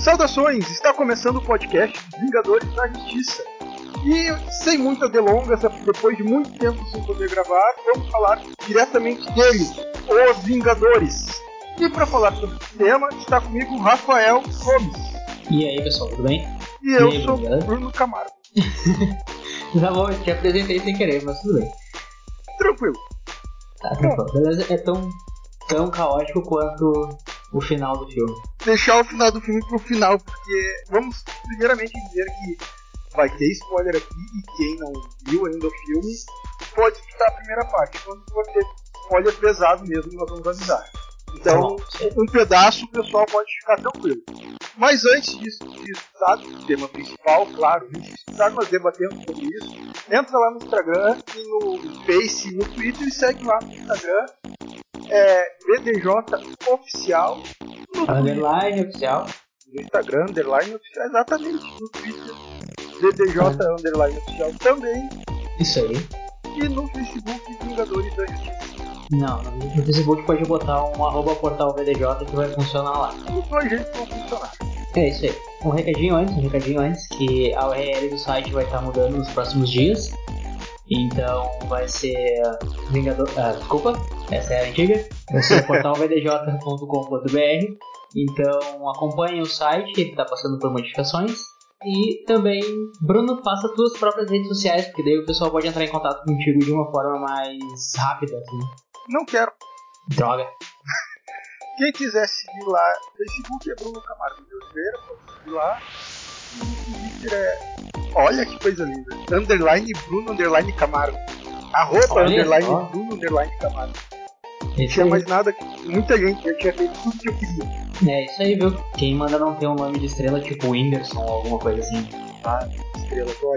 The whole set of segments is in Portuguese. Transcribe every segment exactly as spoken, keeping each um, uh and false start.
Saudações! Está começando o podcast Vingadores da Justiça. E sem muitas delongas, depois de muito tempo sem poder gravar, vamos falar diretamente dele, os Vingadores. E para falar sobre esse tema, está comigo o Rafael Gomes. E aí, pessoal, tudo bem? E eu e aí, sou Bruno, Bruno Camargo. Tá bom, eu te apresentei sem querer, mas tudo bem. Tranquilo. Tá, tranquilo. Beleza, é tão, tão caótico quanto o final do filme. Deixar o final do filme pro final, porque vamos primeiramente dizer que vai ter spoiler aqui, e quem não viu ainda o filme pode escutar a primeira parte. Quando for ter spoiler pesado mesmo, nós vamos avisar. Então, um pedaço o pessoal pode ficar tranquilo. Mas antes disso, de escutar o tema principal, claro, antes de escutar, nós debatemos sobre isso. Entra lá no Instagram e no Face e no Twitter e segue lá no Instagram. É V D J Oficial. No Underline oficial. No Instagram, underline oficial, exatamente. No Twitter, V D J ah. underline oficial também. Isso aí. E no Facebook, Vingadores da Justiça. Não, no Facebook pode botar um arroba portal V D J que vai funcionar lá. Os dois jeitos vão funcionar. É isso aí. Um recadinho antes, um recadinho antes, que a U R L do site vai estar mudando nos próximos dias. Então vai ser Vingador. Ah, desculpa, essa é a antiga. Vai ser portal v d j ponto com ponto b r. Então acompanhe o site, ele está passando por modificações. E também, Bruno, faça suas próprias redes sociais, porque daí o pessoal pode entrar em contato contigo de uma forma mais rápida. Assim. Não quero. Droga. Quem quiser seguir lá, Facebook é Bruno Camargo de Oliveira, pode seguir lá. E no Twitter é. Olha que coisa linda. Underline Bruno Underline Camargo. Arroba Olha Underline só. Bruno Underline Camargo. Não Isso tinha aí. mais nada que. Muita gente já tinha feito tudo que eu queria. É isso aí, viu? Quem manda não ter um nome de estrela tipo Whindersson ou alguma coisa assim. Ah, estrela dói.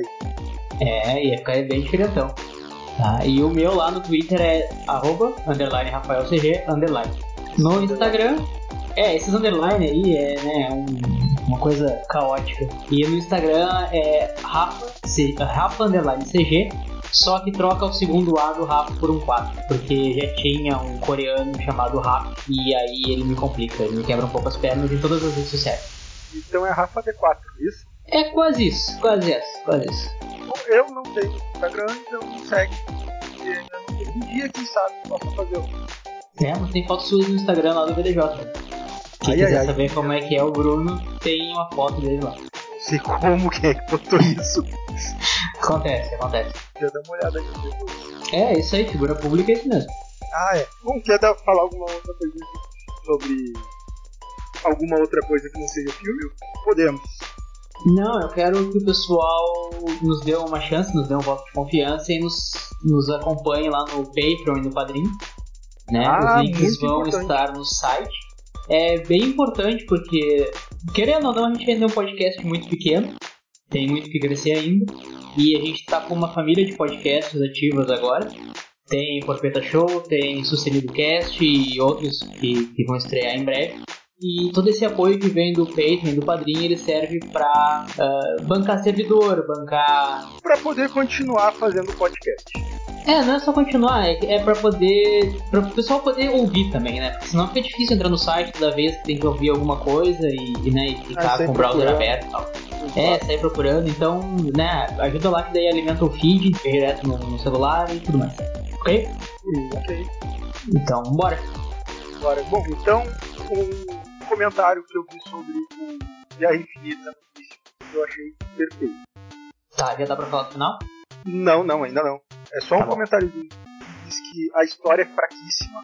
É, ia ficar bem diferentão. Tá? E o meu lá no Twitter é arroba, underline Rafael C G, underline. No Instagram, é, esses underline aí é, né, um, uma coisa caótica. E no Instagram é Rafa, C, Rafa underline C G, só que troca o segundo A do Rafa por um quatro, porque já tinha um coreano chamado Rafa, e aí ele me complica, ele me quebra um pouco as pernas em todas as redes sociais. Então é Rafa D quatro, isso? É quase isso, quase isso, quase isso. Eu não tenho Instagram, então não segue. E ainda não tem um dia, quem sabe, posso fazer um. É, mas tem foto sua no Instagram lá do V D J. Quem ai, quiser ai, saber ai. como é que é o Bruno, tem uma foto dele lá. Não sei como que é que botou isso. Acontece, acontece. Quer dar uma olhada aqui depois. É, isso aí, figura pública é isso mesmo. Ah, é. Bom, quer dar, falar alguma outra coisa sobre alguma outra coisa que não seja filme? Podemos. Não, eu quero que o pessoal nos dê uma chance, nos dê um voto de confiança e nos, nos acompanhe lá no Patreon e no Padrim. Né? Ah, os links vão importante. estar no site. É bem importante porque, querendo ou não, a gente ainda é um podcast muito pequeno, tem muito que crescer ainda, e a gente está com uma família de podcasts ativas agora. Tem Porpeta Show, tem Sucedido Cast e outros que, que vão estrear em breve. E todo esse apoio que vem do Patreon e do Padrinho, ele serve para uh, bancar servidor, bancar... Para poder continuar fazendo podcast. É, não é só continuar, é, é pra poder. Pra o pessoal poder ouvir também, né? Porque senão fica difícil entrar no site toda vez que tem que ouvir alguma coisa e, e, né, e ficar ah, com o browser procurando. aberto e tal. É, sair procurando, então, né, ajuda lá que daí alimenta o feed direto no, no celular e tudo mais. Ok? Hum, ok. Então, bora. Bora. Bom, então, um comentário que eu vi sobre o Guerra Infinita que eu achei perfeito. Tá, já dá pra falar do final? Não, não, ainda não. É só um tá comentáriozinho. Diz que a história é fraquíssima,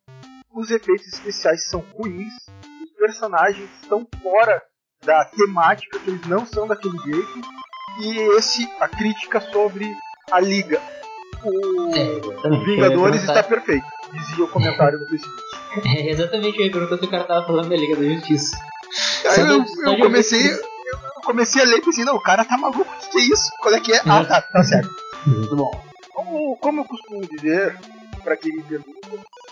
os efeitos especiais são ruins, os personagens estão fora da temática, que eles não são daquele jeito, e esse, a crítica sobre a Liga. O é, Vingadores está perfeito, dizia o comentário do Facebook. É, exatamente, eu ia perguntar se o cara tava falando da Liga da Justiça. Aí eu, eu, eu comecei eu comecei a ler e pensei, não, o cara tá maluco, o que, que é isso? Qual é que é? Ah, tá, tá certo. Muito bom. Como, como eu costumo dizer, pra quem me pergunta,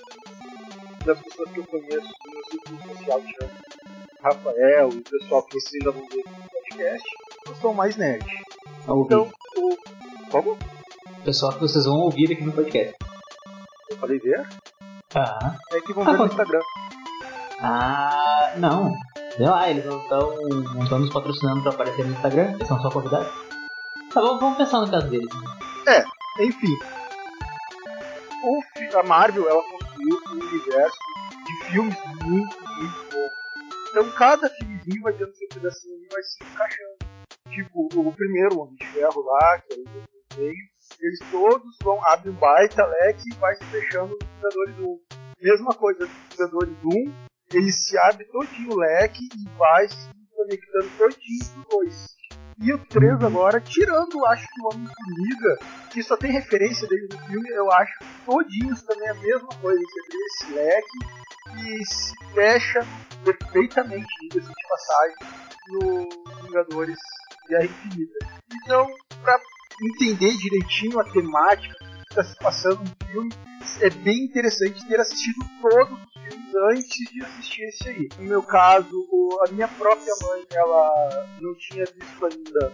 das pessoas que eu conheço no meu círculo social, tirando Rafael e o pessoal que vocês ainda vão ver no podcast, eu sou mais nerd. Então, o... Como? Pessoal que vocês vão ouvir aqui no podcast. Eu falei ver? Ah. É que vão ah, ver no pode. Instagram. Ah, não. Sei lá, eles não estão não estão nos patrocinando pra aparecer no Instagram, eles são só convidados. Tá bom, vamos pensar no caso deles. É, enfim. O, a Marvel, ela construiu um universo de filmes muito, muito bom. Então cada filmezinho vai tendo seu pedacinho e vai se encaixando. Tipo, o primeiro, o Homem de Ferro lá, que é o desenho, eles todos vão, abrem um baita leque e vai se fechando nos Vingadores um. Mesma coisa nos Vingadores um, ele se abre todinho o leque e vai se conectando todinho no dois. E o três agora, tirando, acho que o Homem-Formiga, que só tem referência dele no filme, eu acho que todinhos também é a mesma coisa. Você abre esse leque e se fecha perfeitamente, diga-se de passagem, no Vingadores Guerra Infinita. Então, pra entender direitinho a temática que está se passando no filme, é bem interessante ter assistido todos os filmes antes de assistir esse aí. No meu caso, a minha própria mãe, ela não tinha visto ainda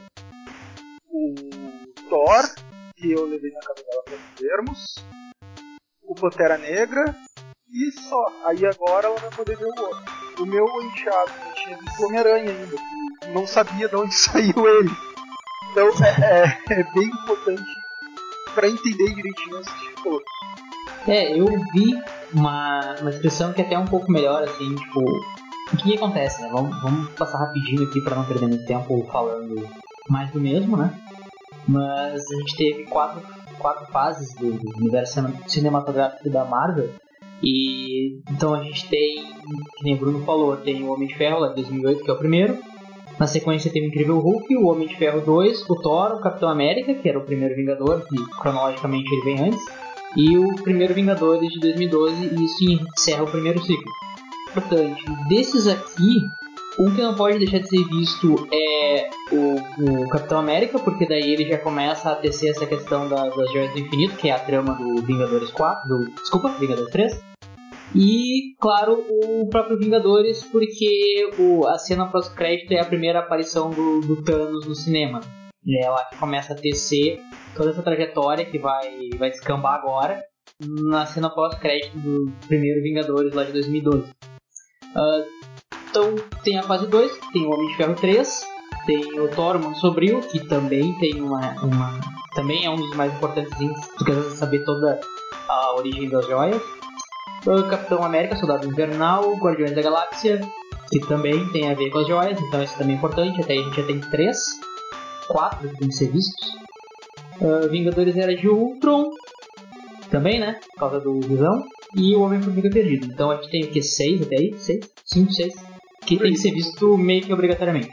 o Thor, que eu levei na casa dela para vermos, o Pantera Negra e só. Aí agora ela vai poder ver o outro. O meu enteado não tinha visto o Homem-Aranha ainda, que não sabia de onde saiu ele. Então é, é, é bem importante para entender direitinho assistir todos. É, eu vi uma, uma descrição que é até um pouco melhor, assim, tipo, o que, que acontece, né? Vamos, vamos passar rapidinho aqui para não perder muito tempo falando mais do mesmo, né? Mas a gente teve quatro, quatro fases do, do universo cinematográfico da Marvel. E então a gente tem, que nem o Bruno falou, tem o Homem de Ferro lá de dois mil e oito, que é o primeiro. Na sequência tem o Incrível Hulk, o Homem de Ferro dois, o Thor, o Capitão América, que era o primeiro Vingador, que cronologicamente ele vem antes, e o primeiro Vingadores de dois mil e doze, e isso encerra o primeiro ciclo. Portanto, desses aqui, um que não pode deixar de ser visto é o, o Capitão América, porque daí ele já começa a tecer essa questão da, das Joias do Infinito, que é a trama do Vingadores quatro, do, desculpa, Vingadores três. E, claro, o próprio Vingadores, porque o, a cena pós-crédito é a primeira aparição do, do Thanos no cinema. É lá que começa a tecer toda essa trajetória que vai, vai descambar agora na cena pós-crédito do primeiro Vingadores lá de dois mil e doze. Uh, então tem a fase dois, tem o Homem de Ferro três, tem o Thor, o Mundo Sombrio, que também tem uma, uma também é um dos mais importantes, se tu quer saber toda a origem das joias. O Capitão América, Soldado Invernal, Guardiões da Galáxia, que também tem a ver com as joias, então isso também é importante. Até aí a gente já tem três, quatro que tem que ser vistos. Uh, Vingadores Era de Ultron, também, né? Por causa do Visão. E o Homem-Formiga Perdido. Então a gente tem o que? Seis até aí? Seis? Cinco, seis? Que tem que ser visto meio que obrigatoriamente.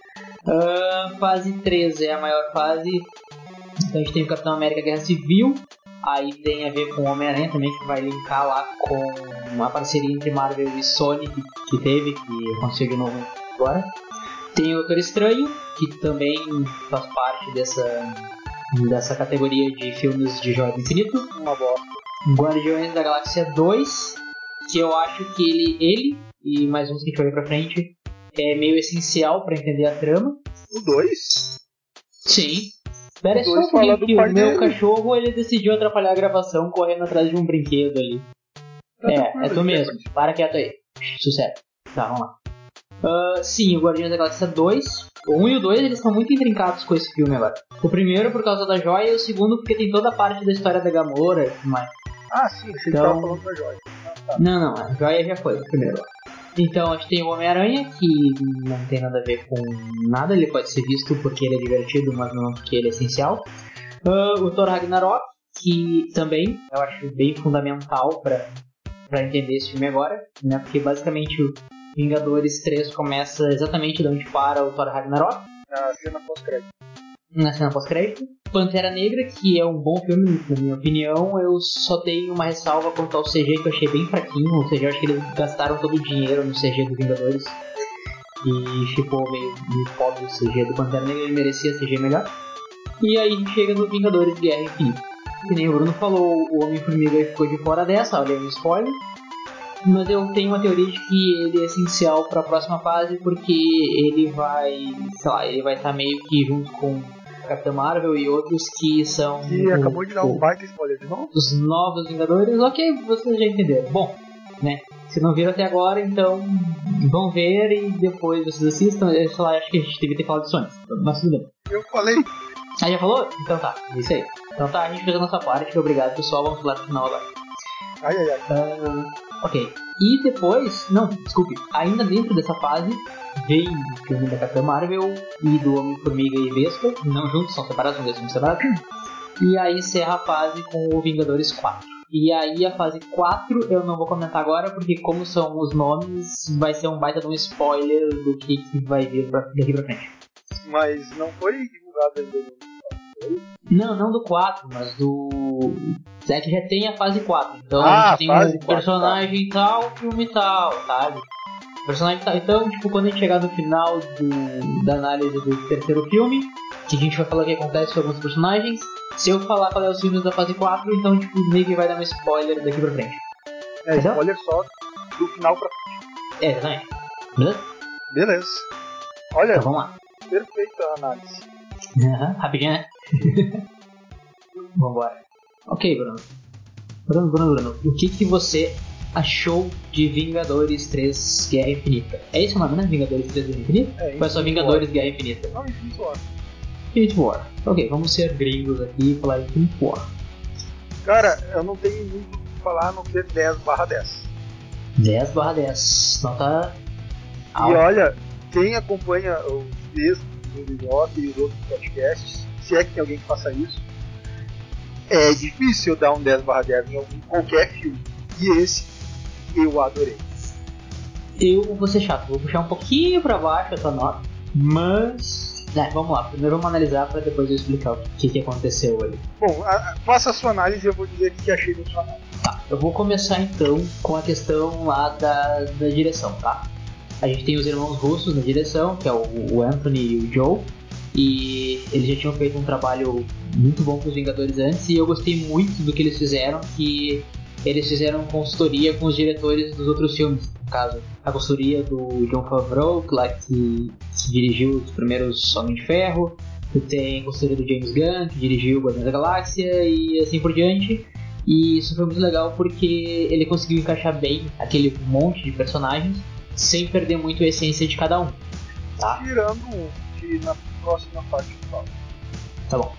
Uh, fase três é a maior fase. Então a gente tem o Capitão América Guerra Civil. Aí tem a ver com o Homem-Aranha também, que vai linkar lá com uma parceria entre Marvel e Sony que, que teve, que aconteceu de novo agora. Tem o Doutor Estranho, que também faz parte dessa, dessa categoria de filmes de Joia do Infinito. Uma bosta. Guardiões da Galáxia dois, que eu acho que ele, ele e mais uns que a gente vai ver pra frente, é meio essencial pra entender a trama. O dois? Sim. Espera só um pouquinho que o meu cachorro ele decidiu atrapalhar a gravação correndo atrás de um brinquedo ali. Tá é, é tu mesmo. Pode. Para quieto aí. Sucesso. Tá, vamos lá. Uh, sim, o Guardiões da Galáxia dois. O um e o dois eles estão muito intrincados com esse filme agora. O primeiro por causa da joia e o segundo porque tem toda a parte da história da Gamora e tudo mais. Ah, sim, achei então... que tava falando da joia. Ah, tá. Não, não, a joia já foi, o primeiro. Então a gente tem o Homem-Aranha, que não tem nada a ver com nada, ele pode ser visto porque ele é divertido, mas não porque ele é essencial. Uh, o Thor Ragnarok, que também eu acho bem fundamental pra, pra entender esse filme agora, né? Porque basicamente o Vingadores três começa exatamente de onde para o Thor Ragnarok. Na cena pós-crédito. Na cena pós-crédito. Pantera Negra, que é um bom filme, na minha opinião, eu só tenho uma ressalva quanto ao C G que eu achei bem fraquinho, ou seja, eu acho que eles gastaram todo o dinheiro no C G do Vingadores e ficou meio, meio pobre o C G do Pantera Negra, ele merecia C G melhor. E aí a gente chega no Vingadores Guerra Infinita. Que nem o Bruno falou, o Homem-Formiga ficou de fora dessa, olha aí um spoiler. Mas eu tenho uma teoria de que ele é essencial para a próxima fase, porque ele vai, sei lá, ele vai estar tá meio que junto com Capitão Marvel e outros que são... E o, acabou de dar um baita spoiler de novo? Os novos Vingadores, ok, vocês já entenderam. Bom, né, Se não viram até agora, então vão ver e depois vocês assistam. Eu sei lá, acho que a gente devia ter falado de Sonic, mas tudo bem. Eu falei. Ah, já falou? Então tá, é isso aí. Então tá, a gente fez a nossa parte. Obrigado, pessoal. Vamos lá pro final agora. Ai, ai, ai. Uh, ok. E depois, não, desculpe, ainda dentro dessa fase, vem o filme da Capitã Marvel e do Homem-Formiga e Vespa. Não juntos, são separados, mas são separados. E aí encerra a fase com o Vingadores quatro. E aí a fase quatro eu não vou comentar agora, porque como são os nomes, vai ser um baita de um spoiler do que, que vai vir pra, daqui pra frente. Mas não foi divulgado ainda. Não, não do quatro, mas do... É que já tem a fase quatro. Então ah, a gente tem fase um quatro, personagem tá. tal, filme tal, sabe? Personagem tal. Então, tipo, quando a gente chegar no final do, da análise do terceiro filme, que a gente vai falar o que acontece com alguns personagens, se eu falar qual é os filmes da fase quatro, então tipo, o Nick vai dar um spoiler daqui pra frente. É, entendeu? Spoiler só do final pra frente. É, exatamente. Beleza? Beleza. Olha, então vamos lá. Perfeita a análise. Uhum, rapidinho, né? Vambora. Ok, Bruno. Bruno, Bruno, Bruno. O que, que você achou de Vingadores três Guerra Infinita? É isso o nome, né? Vingadores três Guerra Infinita? É, Ou é só Vingadores War. Guerra Infinita? Não, Infinity War. Infinity War. Ok, vamos ser gringos aqui e falar Infinity War. Cara, eu não tenho muito o que falar a não ser dez barra dez. dez barra dez. Nota... E alta. Olha, quem acompanha os textos do Idiota e os outros podcasts, se é que tem alguém que faça isso, é difícil dar um dez barra dez em algum, qualquer filme. E esse eu adorei. Eu vou ser chato, vou puxar um pouquinho pra baixo essa nota, mas... É, vamos lá, primeiro vamos analisar pra depois eu explicar o que, que aconteceu ali. Bom, a, a, faça a sua análise e eu vou dizer o que achei da sua análise. Tá, eu vou começar então com a questão lá da, da direção, tá? A gente tem os irmãos russos na direção, que é o, o Anthony e o Joe, e eles já tinham feito um trabalho muito bom com os Vingadores antes, e eu gostei muito do que eles fizeram, que eles fizeram consultoria com os diretores dos outros filmes, no caso, a consultoria do Jon Favreau, lá que, que dirigiu os primeiros Homem de Ferro, e tem a consultoria do James Gunn, que dirigiu Guardiões da Galáxia, e assim por diante. E isso foi muito legal porque ele conseguiu encaixar bem aquele monte de personagens sem perder muito a essência de cada um, tá? Tirando um, que na próxima parte eu falo. Tá bom.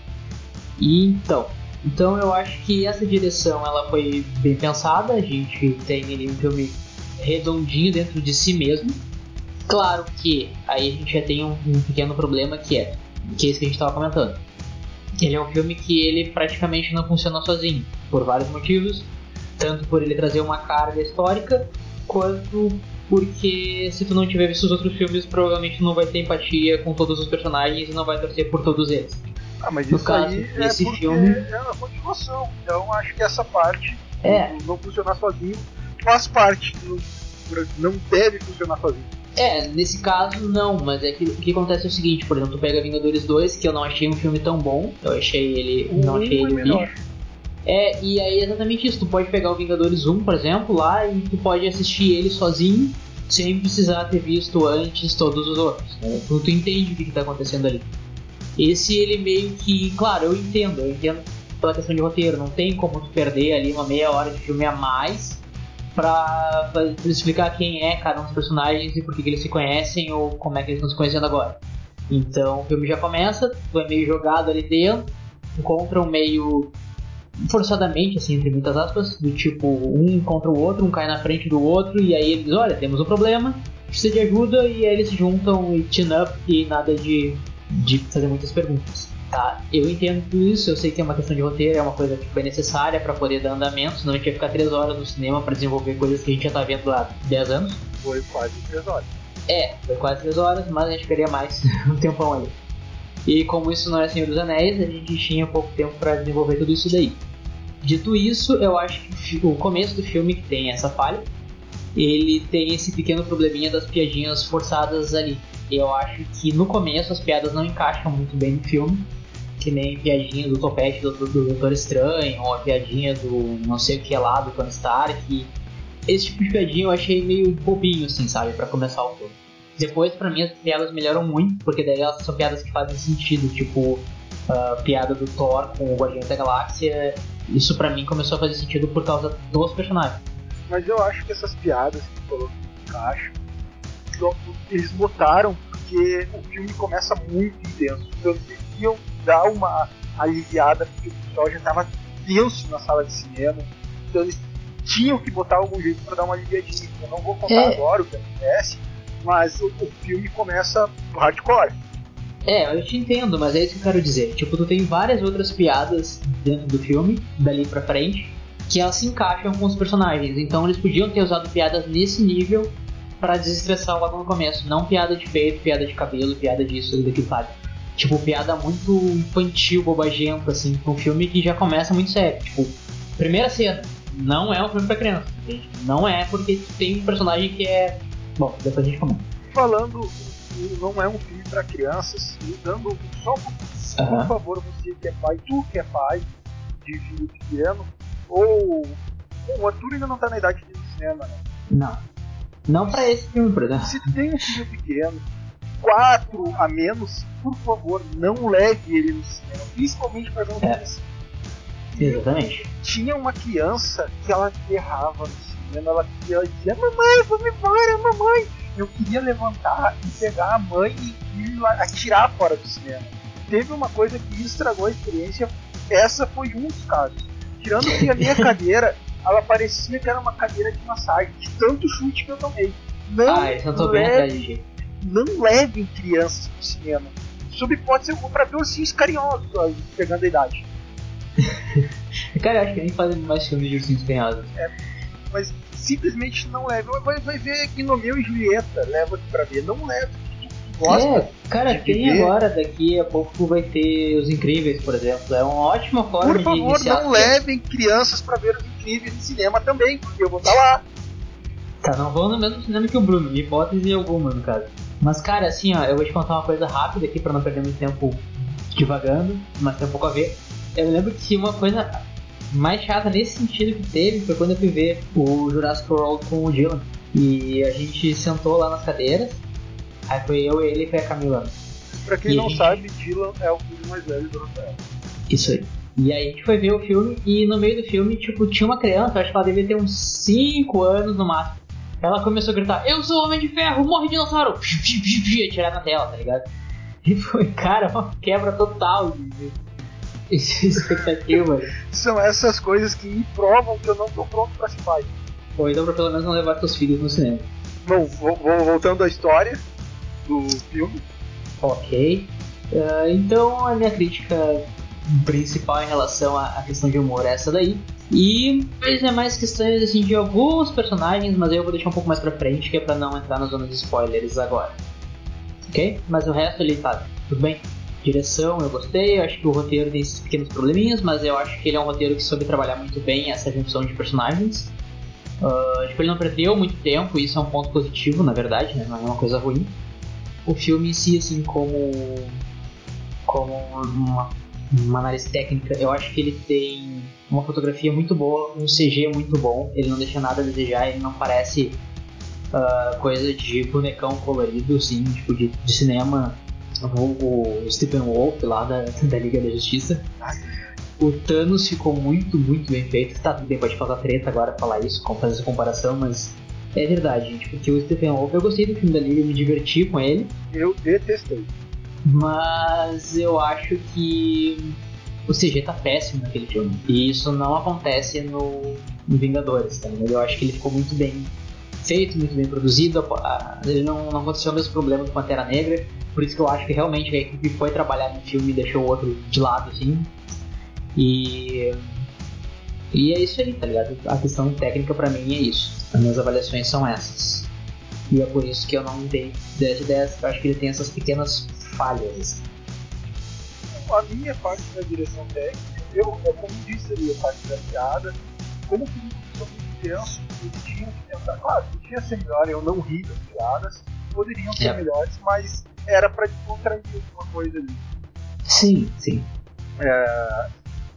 E então, então eu acho que essa direção ela foi bem pensada. A gente tem ali um filme redondinho dentro de si mesmo. Claro que aí a gente já tem um, um pequeno problema que é, que é isso que a gente estava comentando. Ele é um filme que ele praticamente não funciona sozinho, por vários motivos, tanto por ele trazer uma carga histórica, quanto porque se tu não tiver visto os outros filmes, provavelmente não vai ter empatia com todos os personagens e não vai torcer por todos eles. Ah, mas no isso caso, aí é esse porque filme é uma continuação, então acho que essa parte, é. não funcionar sozinho, faz parte, não, não deve funcionar sozinho. É, nesse caso não, mas é que o que acontece é o seguinte, por exemplo, tu pega Vingadores dois, que eu não achei um filme tão bom, eu achei ele, um não achei ele é melhor. lixo. É, e aí é exatamente isso, tu pode pegar o Vingadores um, por exemplo, lá e tu pode assistir ele sozinho, sem precisar ter visto antes todos os outros, né? Tu, tu entende o que, que tá acontecendo ali. Esse ele meio que, claro, eu entendo, eu entendo pela questão de roteiro, não tem como tu perder ali uma meia hora de filme a mais pra, pra explicar quem é cada um dos personagens e por que, que eles se conhecem ou como é que eles estão se conhecendo agora. Então o filme já começa, tu é meio jogado ali dentro, encontram meio forçadamente, assim, entre muitas aspas, do tipo, um encontra o outro, um cai na frente do outro, e aí eles, olha, temos um problema, precisa de ajuda, e aí eles se juntam e team up e nada de, de fazer muitas perguntas. Tá, eu entendo tudo isso, eu sei que é uma questão de roteiro, é uma coisa que foi necessária pra poder dar andamento, senão a gente ia ficar três horas no cinema pra desenvolver coisas que a gente já tá vendo há dez anos. Foi quase três horas. É, foi quase três horas, mas a gente queria mais um tempão ali. E como isso não é Senhor dos Anéis, a gente tinha pouco tempo pra desenvolver tudo isso daí. Dito isso, eu acho que o começo do filme que tem essa falha, ele tem esse pequeno probleminha das piadinhas forçadas ali. Eu acho que no começo as piadas não encaixam muito bem no filme, que nem piadinha do topete do, do, do Doutor Estranho, ou a piadinha do não sei o que lá do Tony Stark. Esse tipo de piadinha eu achei meio bobinho, assim, sabe, pra começar o filme. Depois, pra mim, as piadas melhoram muito, porque daí elas são piadas que fazem sentido, tipo a piada do Thor com o Guardião da Galáxia. Isso pra mim começou a fazer sentido por causa dos personagens. Mas eu acho que essas piadas que colocam no caixa, eles botaram porque o filme começa muito intenso. Então eles deviam dar uma aliviada, porque o pessoal já estava tenso na sala de cinema. Então eles tinham que botar algum jeito para dar uma aliviadinha. Eu não vou contar é. agora o que acontece, mas o, o filme começa hardcore. É, eu te entendo, mas é isso que eu quero dizer. Tipo, tu tem várias outras piadas dentro do filme, dali pra frente, que elas se encaixam com os personagens. Então eles podiam ter usado piadas nesse nível pra desestressar logo no começo. Não piada de peito, piada de cabelo, piada disso, daquilo, sabe? Tipo, piada muito infantil, bobagenta, assim. Um filme que já começa muito sério. Tipo, primeira cena, não é um filme pra criança, entende? Não é porque tem um personagem que é... Bom, depois a gente comenta. Falando... não é um filme para crianças, dando só por, uhum. por favor, você que é pai, tu que é pai de filho pequeno, ou bom, o Arthur ainda não tá na idade de ir no cinema, né? Não, não para esse filme, por exemplo. Se tu tem um filho pequeno, quatro a menos, por favor, não leve ele no cinema, principalmente para ver um filme assim. Exatamente. Tinha uma criança que ela berrava no cinema, ela, ela dizia, mamãe, vamos embora, mamãe. Eu queria levantar e pegar a mãe e, e atirar fora do cinema. Teve uma coisa que estragou a experiência, essa foi um dos casos. Tirando que a minha cadeira, ela parecia que era uma cadeira de massagem, de tanto chute que eu tomei. Não, ah, eu tô bem atrás de ti. Não levem crianças pro cinema. Sob hipótese, para ver ursinhos carinhosos, pegando a idade. Cara, eu acho que nem fazem mais filmes de ursinhos carinhosos. É, mas simplesmente não leve. Vai, vai ver Gnomeu e Julieta, leva aqui pra ver. Não leve. Tu gosta é, cara, de tem viver. Agora, daqui a pouco vai ter Os Incríveis, por exemplo. É uma ótima forma por favor, de iniciar. Não levem crianças pra ver Os Incríveis no cinema também, porque eu vou estar lá. Tá, não vão no mesmo cinema que o Bruno, hipótese alguma no caso. Mas cara, assim, ó, eu vou te contar uma coisa rápida aqui pra não perder muito tempo divagando, mas tem um pouco a ver. Eu lembro que uma coisa mais chata nesse sentido que teve foi quando eu fui ver o Jurassic World com o Dylan. E a gente sentou lá nas cadeiras, aí foi eu, ele e foi a Camila. Pra quem e não gente... sabe, Dylan é o filho mais velho do Rafael. Isso aí. E aí a gente foi ver o filme e no meio do filme, tipo, tinha uma criança, acho que ela devia ter uns cinco anos no máximo. Ela começou a gritar, eu sou o Homem de Ferro, morre dinossauro! E atirar na tela, tá ligado? E foi, cara, uma quebra total de expectativa. São essas coisas que me provam que eu não tô pronto pra ser pai. Ou então pra pelo menos não levar teus filhos no cinema. Bom, vou, vou, voltando à história do filme. Ok. Uh, então a minha crítica principal em relação à questão de humor é essa daí. E depois é mais questões assim, de alguns personagens, mas eu vou deixar um pouco mais pra frente, que é pra não entrar na zona de spoilers agora. Ok? Mas o resto ele tá tudo bem. Direção eu gostei, eu acho que o roteiro tem esses pequenos probleminhas, mas eu acho que ele é um roteiro que soube trabalhar muito bem essa junção de personagens. Uh, tipo, ele não perdeu muito tempo, e isso é um ponto positivo, na verdade, né? Não é uma coisa ruim. O filme em si, assim, como, como uma, uma análise técnica, eu acho que ele tem uma fotografia muito boa, um C G muito bom, ele não deixa nada a desejar, ele não parece uh, coisa de bonecão colorido, assim, tipo de, de cinema, o, o Stephen Wolf lá da, da Liga da Justiça. O Thanos ficou muito, muito bem feito. Tá, tudo bem, pode fazer treta agora falar isso, fazer essa comparação, mas é verdade, gente, porque o Stephen Wolf, eu gostei do filme da Liga, eu me diverti com ele. Eu detestei. Mas eu acho que o C G tá péssimo naquele filme. E isso não acontece no, no Vingadores, tá ligado? Eu acho que ele ficou muito bem feito, muito bem produzido. Ele não, não aconteceu o mesmo problema do Pantera Negra. Por isso que eu acho que realmente a equipe foi trabalhar no filme e deixou o outro de lado, assim. E... E é isso aí, tá ligado? A questão técnica pra mim é isso. As minhas avaliações são essas. E é por isso que eu não dei dez de dez. Eu acho que ele tem essas pequenas falhas. A minha parte da direção técnica, eu, como disse ali, a parte da piada, como que eu muito tenso, eles tinham que tentar. Claro, podia ser melhor, eu não ri das piadas, poderiam ser é. melhores, mas era pra descontrair alguma coisa ali. Sim, sim. É,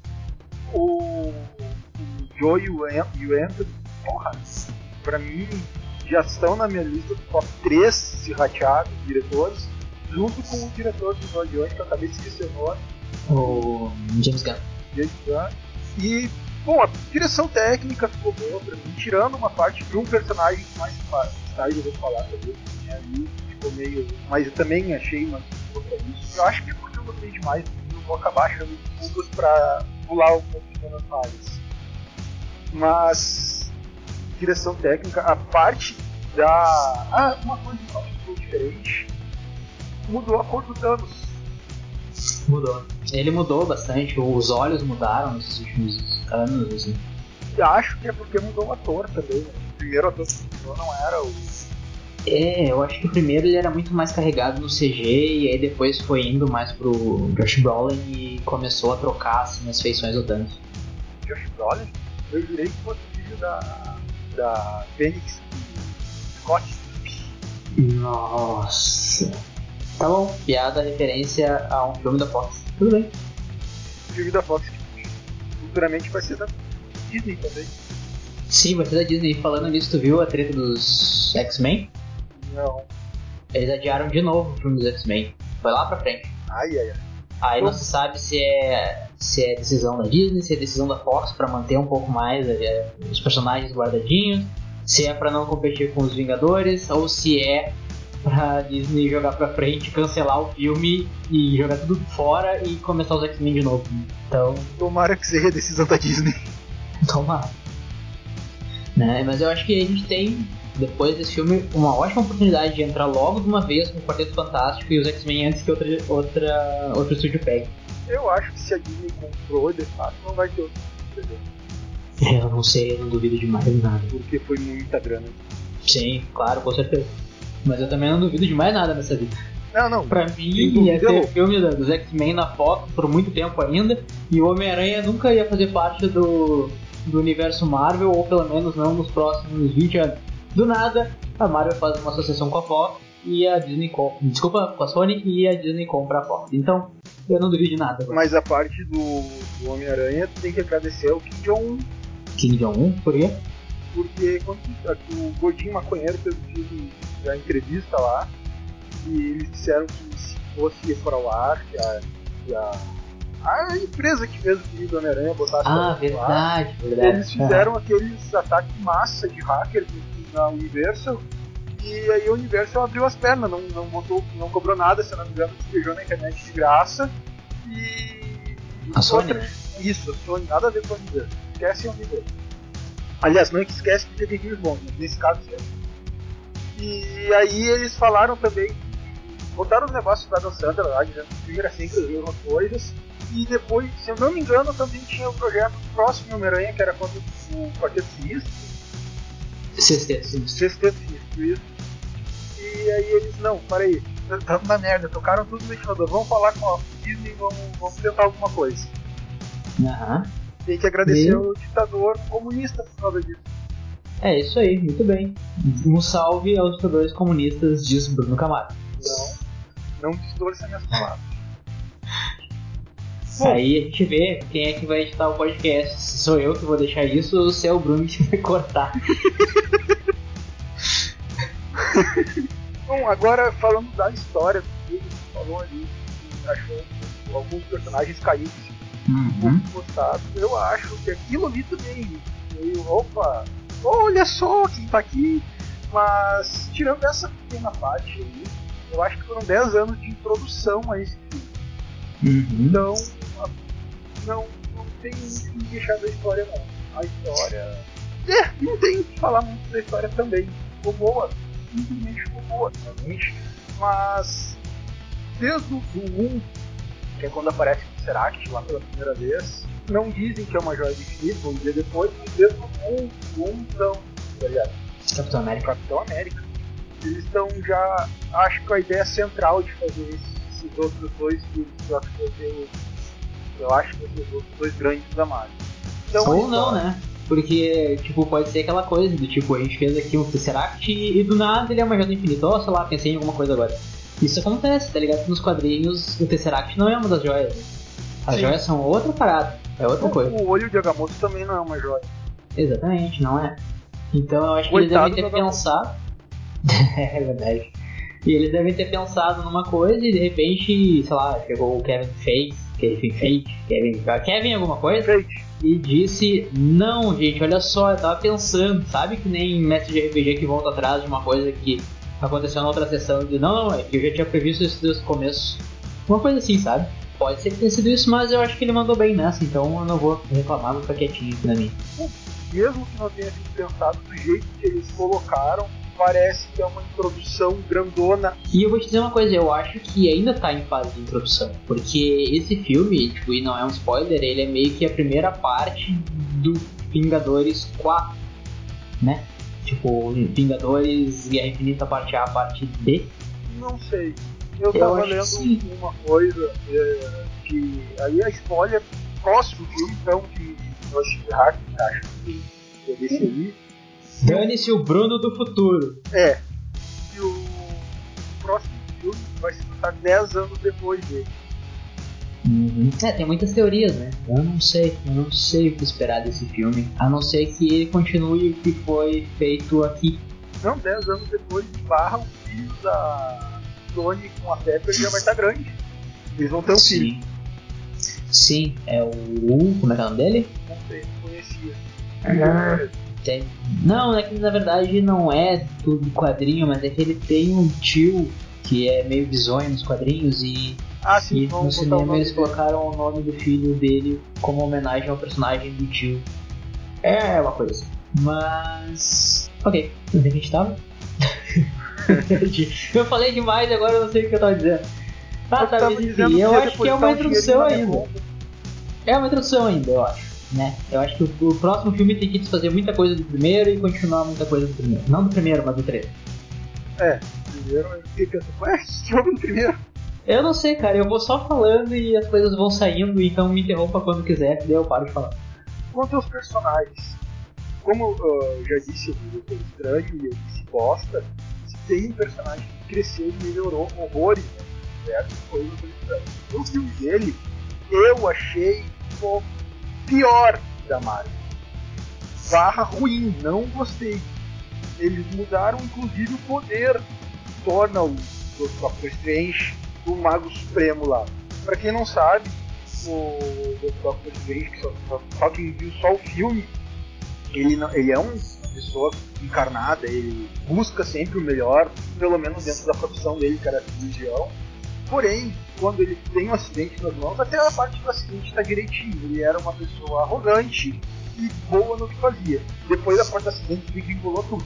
o, o Joe e o Anthony, porra, pra mim, já estão na minha lista do top três sirrateados diretores, junto com o diretor do Guardiões, que eu acabei de esquecer o nome. O James Gunn. James Gunn. E Bom, a direção técnica ficou boa pra mim, tirando uma parte de um personagem mais tarde eu vou falar também, né, ali ficou meio... Mas eu também achei uma desculpa pra isso. Eu acho que é porque eu gostei demais, eu vou acabar achando desculpas pra pular um pouco das falhas. Mas... direção técnica, a parte da... Ah, uma coisa que eu acho que ficou diferente. Mudou a cor do Thanos. Mudou. Ele mudou bastante, os olhos mudaram nos últimos anos, assim. E acho que é porque mudou o ator também, né? O primeiro ator que mudou não era o... É, eu acho que o primeiro ele era muito mais carregado no C G e aí depois foi indo mais pro Josh Brolin e começou a trocar assim, as feições do Thanos. Josh Brolin? Eu jurei que fosse o filho da... da Fênix Scott. Nossa. Tá bom, piada, referência a um filme da Fox. Tudo bem. O filme da Fox que futuramente vai ser da Disney também. Sim, vai ser da Disney. Falando nisso, tu viu a treta dos X-Men? Não. Eles adiaram de novo o filme dos X-Men. Foi lá pra frente. Ai, ai, ai. Aí Bom, não se sabe se é, se é decisão da Disney, se é decisão da Fox pra manter um pouco mais é, os personagens guardadinhos, se é pra não competir com os Vingadores, ou se é pra Disney jogar pra frente, cancelar o filme e jogar tudo fora e começar os X-Men de novo. Então, tomara que seja a decisão da Disney. toma. Né? Mas eu acho que a gente tem, depois desse filme, uma ótima oportunidade de entrar logo de uma vez com o Quarteto Fantástico e os X-Men antes que outra, outra, outro estúdio pegue. Eu acho que se a Disney comprou, de fato, não vai ter outro problema. Eu não sei, eu não duvido demais nada. Porque foi muita grana. Sim, claro, com certeza. Mas eu também não duvido de mais nada nessa vida. Não, não. Pra mim, ia ter filme dos X-Men na Fox por muito tempo ainda, e o Homem-Aranha nunca ia fazer parte do, do universo Marvel, ou pelo menos não nos próximos vinte anos. Do nada, a Marvel faz uma associação com a Fox e a Disney compra. Desculpa, com a Sony e a Disney compra a Fox. Então, eu não duvido de nada. Agora. Mas a parte do, do Homem-Aranha tem que agradecer ao Kim Jong-un. Kim Jong-un? Por quê? Porque quando o Gordinho Maconheiro fez a entrevista lá, e eles disseram que se fosse para o ar, que a, que a, a empresa que fez o filme do Homem-Aranha botasse ah, para o verdade, ar, verdade. eles fizeram ah. aqueles ataques de massa de hackers na Universal, e aí a Universal abriu as pernas, não, não, botou, não cobrou nada, se não me engano, despejou na internet de graça, e... A Sony, né? Isso, a Sony, nada a ver com a Universal, esquece a Universal. Aliás, não é que esquece porque tem filmes bons, mas nesse caso esquece. E aí eles falaram também, botaram os negócios da Dan Sandler lá, dizendo que o filme era sempre as mesmas coisas. E depois, se eu não me engano, também tinha o projeto próximo Homem-Aranha, que era quando o Quarteto Sinistro. Sexteto Sinistro. Sexteto Sinistro, isso. E aí eles, não, para aí, estamos na merda, tocaram tudo no ventilador, vamos falar com a Disney e vamos, vamos tentar alguma coisa. Aham. Tem que agradecer e... ao ditador comunista por causa disso. É isso aí, muito bem. Um salve aos ditadores comunistas, diz Bruno Camargo. Não, não distorça minhas palavras. Bom, aí a gente vê quem é que vai editar o podcast. Se sou eu que vou deixar isso ou se é o Bruno que vai cortar. Bom, agora falando da história do filme, você falou ali que achou que alguns personagens caídos um pouco gostados. Eu acho que aquilo ali também meio, opa, olha só quem tá aqui. Mas tirando essa pequena parte aí, eu acho que foram dez anos de introdução a esse filme. Uhum. Então não, não tem muito o que deixar da história não. A história. É, não tem o que falar muito da história também. Ficou boa. Simplesmente ficou boa, realmente. Mas desde o um, que é quando aparece o Tesseract lá pela primeira vez, não dizem que é uma joia do infinito, vão dizer depois, mas desde o um, o um então, tá ligado? Capitão América. Capitão América. Eles estão já, acho que a ideia central de fazer esses outros dois filmes, eu acho que vai ser, eu acho que vai ser os outros dois grandes da Marvel. Então, ou não, né? Porque, tipo, pode ser aquela coisa do tipo, a gente fez aqui um Tesseract e do nada ele é uma joia do infinito. Ou, sei lá, pensei em alguma coisa agora. Isso acontece, tá ligado? Nos quadrinhos o Tesseract não é uma das joias. As Sim. joias são outra parada, é outra o, coisa. O olho de Agamotto também não é uma joia. Exatamente, não é. Então eu acho que Coitado eles devem ter pensado. É verdade. E eles devem ter pensado numa coisa e de repente, sei lá, chegou o Kevin Feige, Kevin Feige, Kevin. Kevin alguma coisa? Feige. e disse: não, gente, olha só, eu tava pensando, sabe que nem mestre de R P G que volta atrás de uma coisa que aconteceu na outra sessão e diz: não, não, é que eu já tinha previsto isso desde o começo. Uma coisa assim, sabe? Pode ser que tenha sido isso, mas eu acho que ele mandou bem nessa, então eu não vou reclamar, vou ficar quietinho aqui na minha. Mesmo que não tenha sido pensado do jeito que eles colocaram, parece que é uma introdução grandona. E eu vou te dizer uma coisa, eu acho que ainda tá em fase de introdução, porque esse filme, tipo, e não é um spoiler, ele é meio que a primeira parte do Vingadores quatro, né? Tipo, Vingadores Guerra Infinita parte A, parte B. Não sei. Eu, eu tava lendo uma coisa é, que aí é spoiler próximo filme, então, que eu achei errado, acho que eu deixei ali. Dane-se o Bruno do futuro. É. E o próximo filme vai se passar dez anos depois dele. Uhum. É, tem muitas teorias, né? Eu não sei, eu não sei o que esperar desse filme, a não ser que ele continue o que foi feito aqui. Não, dez anos depois, barra o filho da Tony com a Pepper já vai estar grande. Eles vão ter um Sim. filho. Sim, é o... como é que é o nome dele? Não sei, não conhecia. Ah, tem... Não, é que na verdade não é tudo quadrinho, mas é que ele tem um tio que é meio bizonho nos quadrinhos e, ah, sim, e no cinema eles colocaram o nome do filho dele como homenagem ao personagem do tio. É uma coisa assim. Mas... ok, onde é que a gente tava? Eu falei demais e agora eu não sei o que eu tava dizendo. Ah, tá, mas enfim, eu acho que é uma introdução ainda. É uma introdução ainda, eu acho. Né? Eu acho que o, o próximo filme tem que desfazer muita coisa do primeiro e continuar muita coisa do primeiro. Não do primeiro, mas do três. É, primeiro eu fiquei pensando, ué, que houve no primeiro? Eu não sei, cara, eu vou só falando e as coisas vão saindo, então me interrompa quando quiser, daí eu paro de falar. Quanto aos personagens, como eu uh, já disse, o Doutor Estranho e eu disse bosta, se tem um personagem que cresceu e melhorou horrores, né? Certo? Foi o Doutor Estranho. No filme dele, eu achei o pior da Marvel. Barra ruim, não gostei. Eles mudaram inclusive o poder que torna o Doctor Strange o Mago Supremo lá. Pra quem não sabe, o Doctor Strange, que só, só quem viu só o filme, ele, não, ele é uma pessoa encarnada, ele busca sempre o melhor, pelo menos dentro da profissão dele, que era cirurgião. Porém, quando ele tem um acidente nas mãos, até a parte do acidente está direitinho. Ele era uma pessoa arrogante e boa no que fazia. Depois da parte do acidente, ele gringolou tudo.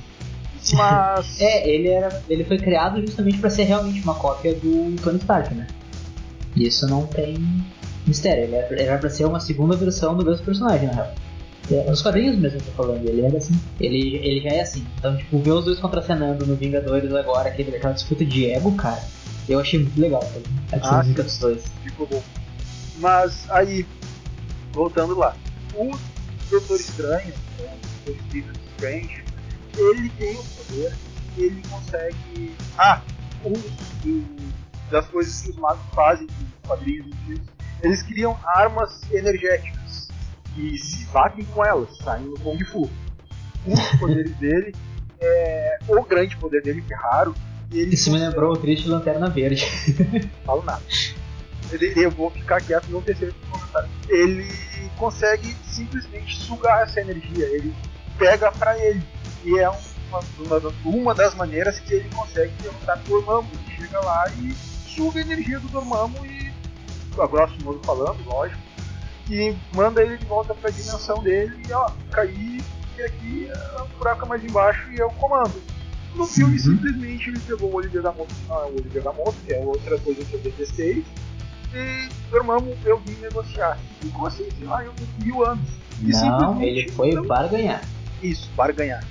Mas... é, ele, era, ele foi criado justamente para ser realmente uma cópia do Tony Stark, né? Isso não tem mistério. Ele era, era pra ser uma segunda versão do mesmo personagem, na real. É, nos quadrinhos mesmo que eu tô falando, ele era assim. Ele, ele já é assim. Então, tipo, ver os dois contracenando no Vingadores agora, aquele, aquela disputa de ego, cara, eu achei muito legal. A dinâmica dos dois. Ficou bom. Mas aí, voltando lá, o Doutor Estranho, o Stephen Strange, ele tem o poder, ele consegue. Ah, um dos, das coisas que os magos fazem nos quadrinhos e filmes, eles criam armas energéticas e se batem com elas, saem no Kung Fu. Um dos poderes dele é o grande poder dele, que é raro. E ele Isso consegue... me lembrou o triste Lanterna Verde. Não falo nada. Ele, eu vou ficar quieto e não terceiro comentário. Ele consegue simplesmente sugar essa energia, ele pega pra ele. E é uma, uma, uma das maneiras que ele consegue derrotar o Dormammu. Ele chega lá e suga a energia do Dormammu e, a grosso modo falando, lógico, e manda ele de volta pra dimensão dele e ó, cair e aqui é um buraco mais embaixo e é o comando. No filme, uhum. simplesmente ele pegou o olho de Agamotto, que não é o olho de Agamotto, que é outra coisa que eu detestei, e Dormammu eu vim negociar. E ficou assim, sei lá, eu mil anos. E não, ele foi não... barganhar. Isso, barganhar.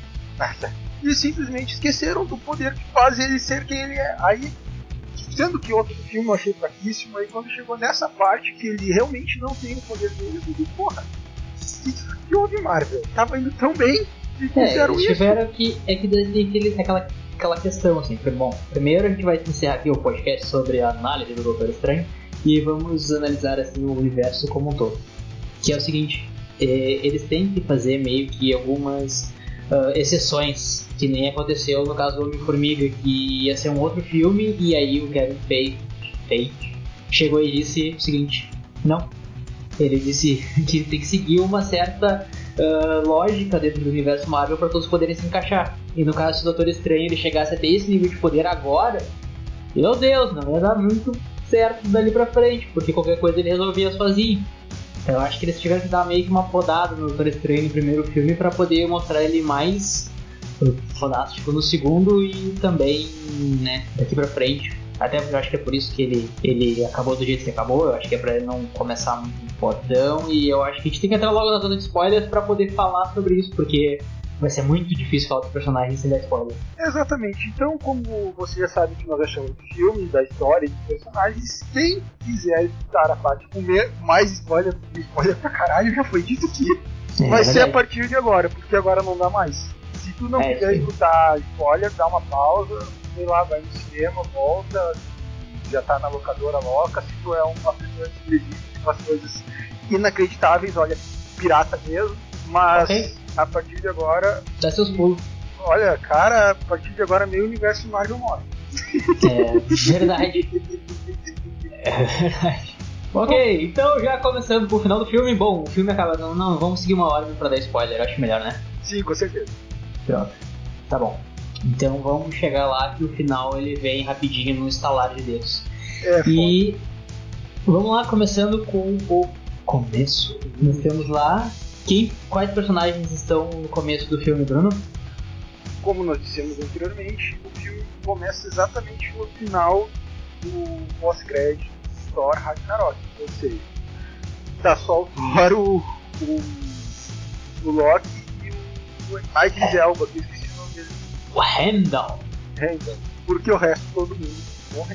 E simplesmente esqueceram do poder que faz ele ser quem ele é. Aí, sendo que outro filme eu achei fraquíssimo, aí quando chegou nessa parte que ele realmente não tem o poder dele, eu digo, porra, que, que houve, Marvel? Tava indo tão bem e fizeram é, eles isso. tiveram que, é que desde aquela, aquela questão, assim, foi bom. Primeiro a gente vai encerrar aqui o podcast sobre a análise do Doutor Estranho e vamos analisar assim, o universo como um todo. Que é o seguinte, é, eles têm que fazer meio que algumas uh, exceções, que nem aconteceu no caso do Homem-Formiga, que ia ser um outro filme e aí o Kevin Feige, Feige chegou e disse o seguinte, não, Ele disse que tem que seguir uma certa uh, lógica dentro do universo Marvel para todos poderem se encaixar. E no caso, se o Doutor Estranho ele chegasse a ter esse nível de poder agora, meu Deus, não ia dar muito certo dali pra frente, porque qualquer coisa ele resolvia sozinho. Então eu acho que eles tiveram que dar meio que uma podada no Doutor Estranho no primeiro filme para poder mostrar ele mais fodástico no segundo e também, né, daqui pra frente. Até eu acho que é por isso que ele, ele acabou do jeito que acabou. Eu acho que é pra ele não começar muito fodão. E eu acho que a gente tem que entrar logo na zona de spoilers pra poder falar sobre isso, porque vai ser muito difícil falar dos personagens sem dar spoiler. Exatamente. Então, como você já sabe que nós achamos do filme, da história e dos personagens, quem quiser escutar a parte com mais spoiler, spoiler pra caralho, já foi dito aqui. É, vai é ser a partir de agora, porque agora não dá mais. Se tu não é, quiser sim. escutar spoiler, dá uma pausa, sei lá, vai no cinema, volta, já tá na locadora loca. Se tu é uma pessoa que faz coisas inacreditáveis, olha, pirata mesmo, mas okay. A partir de agora... Dá seus pulos. Olha, cara, a partir de agora meio universo Marvel morre. É verdade. É verdade. Ok, então já começando pro final do filme. Bom, o filme acaba... Não, não vamos seguir uma ordem pra dar spoiler, acho melhor, né? Sim, com certeza. Pronto, tá bom. Então vamos chegar lá que o final ele vem rapidinho no estalar de dedos. É, e foda. Vamos lá, começando com o começo. Nós temos lá quem, quais personagens estão no começo do filme, Bruno? Como nós dissemos anteriormente, o filme começa exatamente no final do pós-crédito Thor Ragnarok. Ou seja, tá só o Thor, o, o, o Loki e o Idris Elba, que eu esqueci o nome dele. O Heimdall. Heimdall. Porque o resto todo mundo morreu.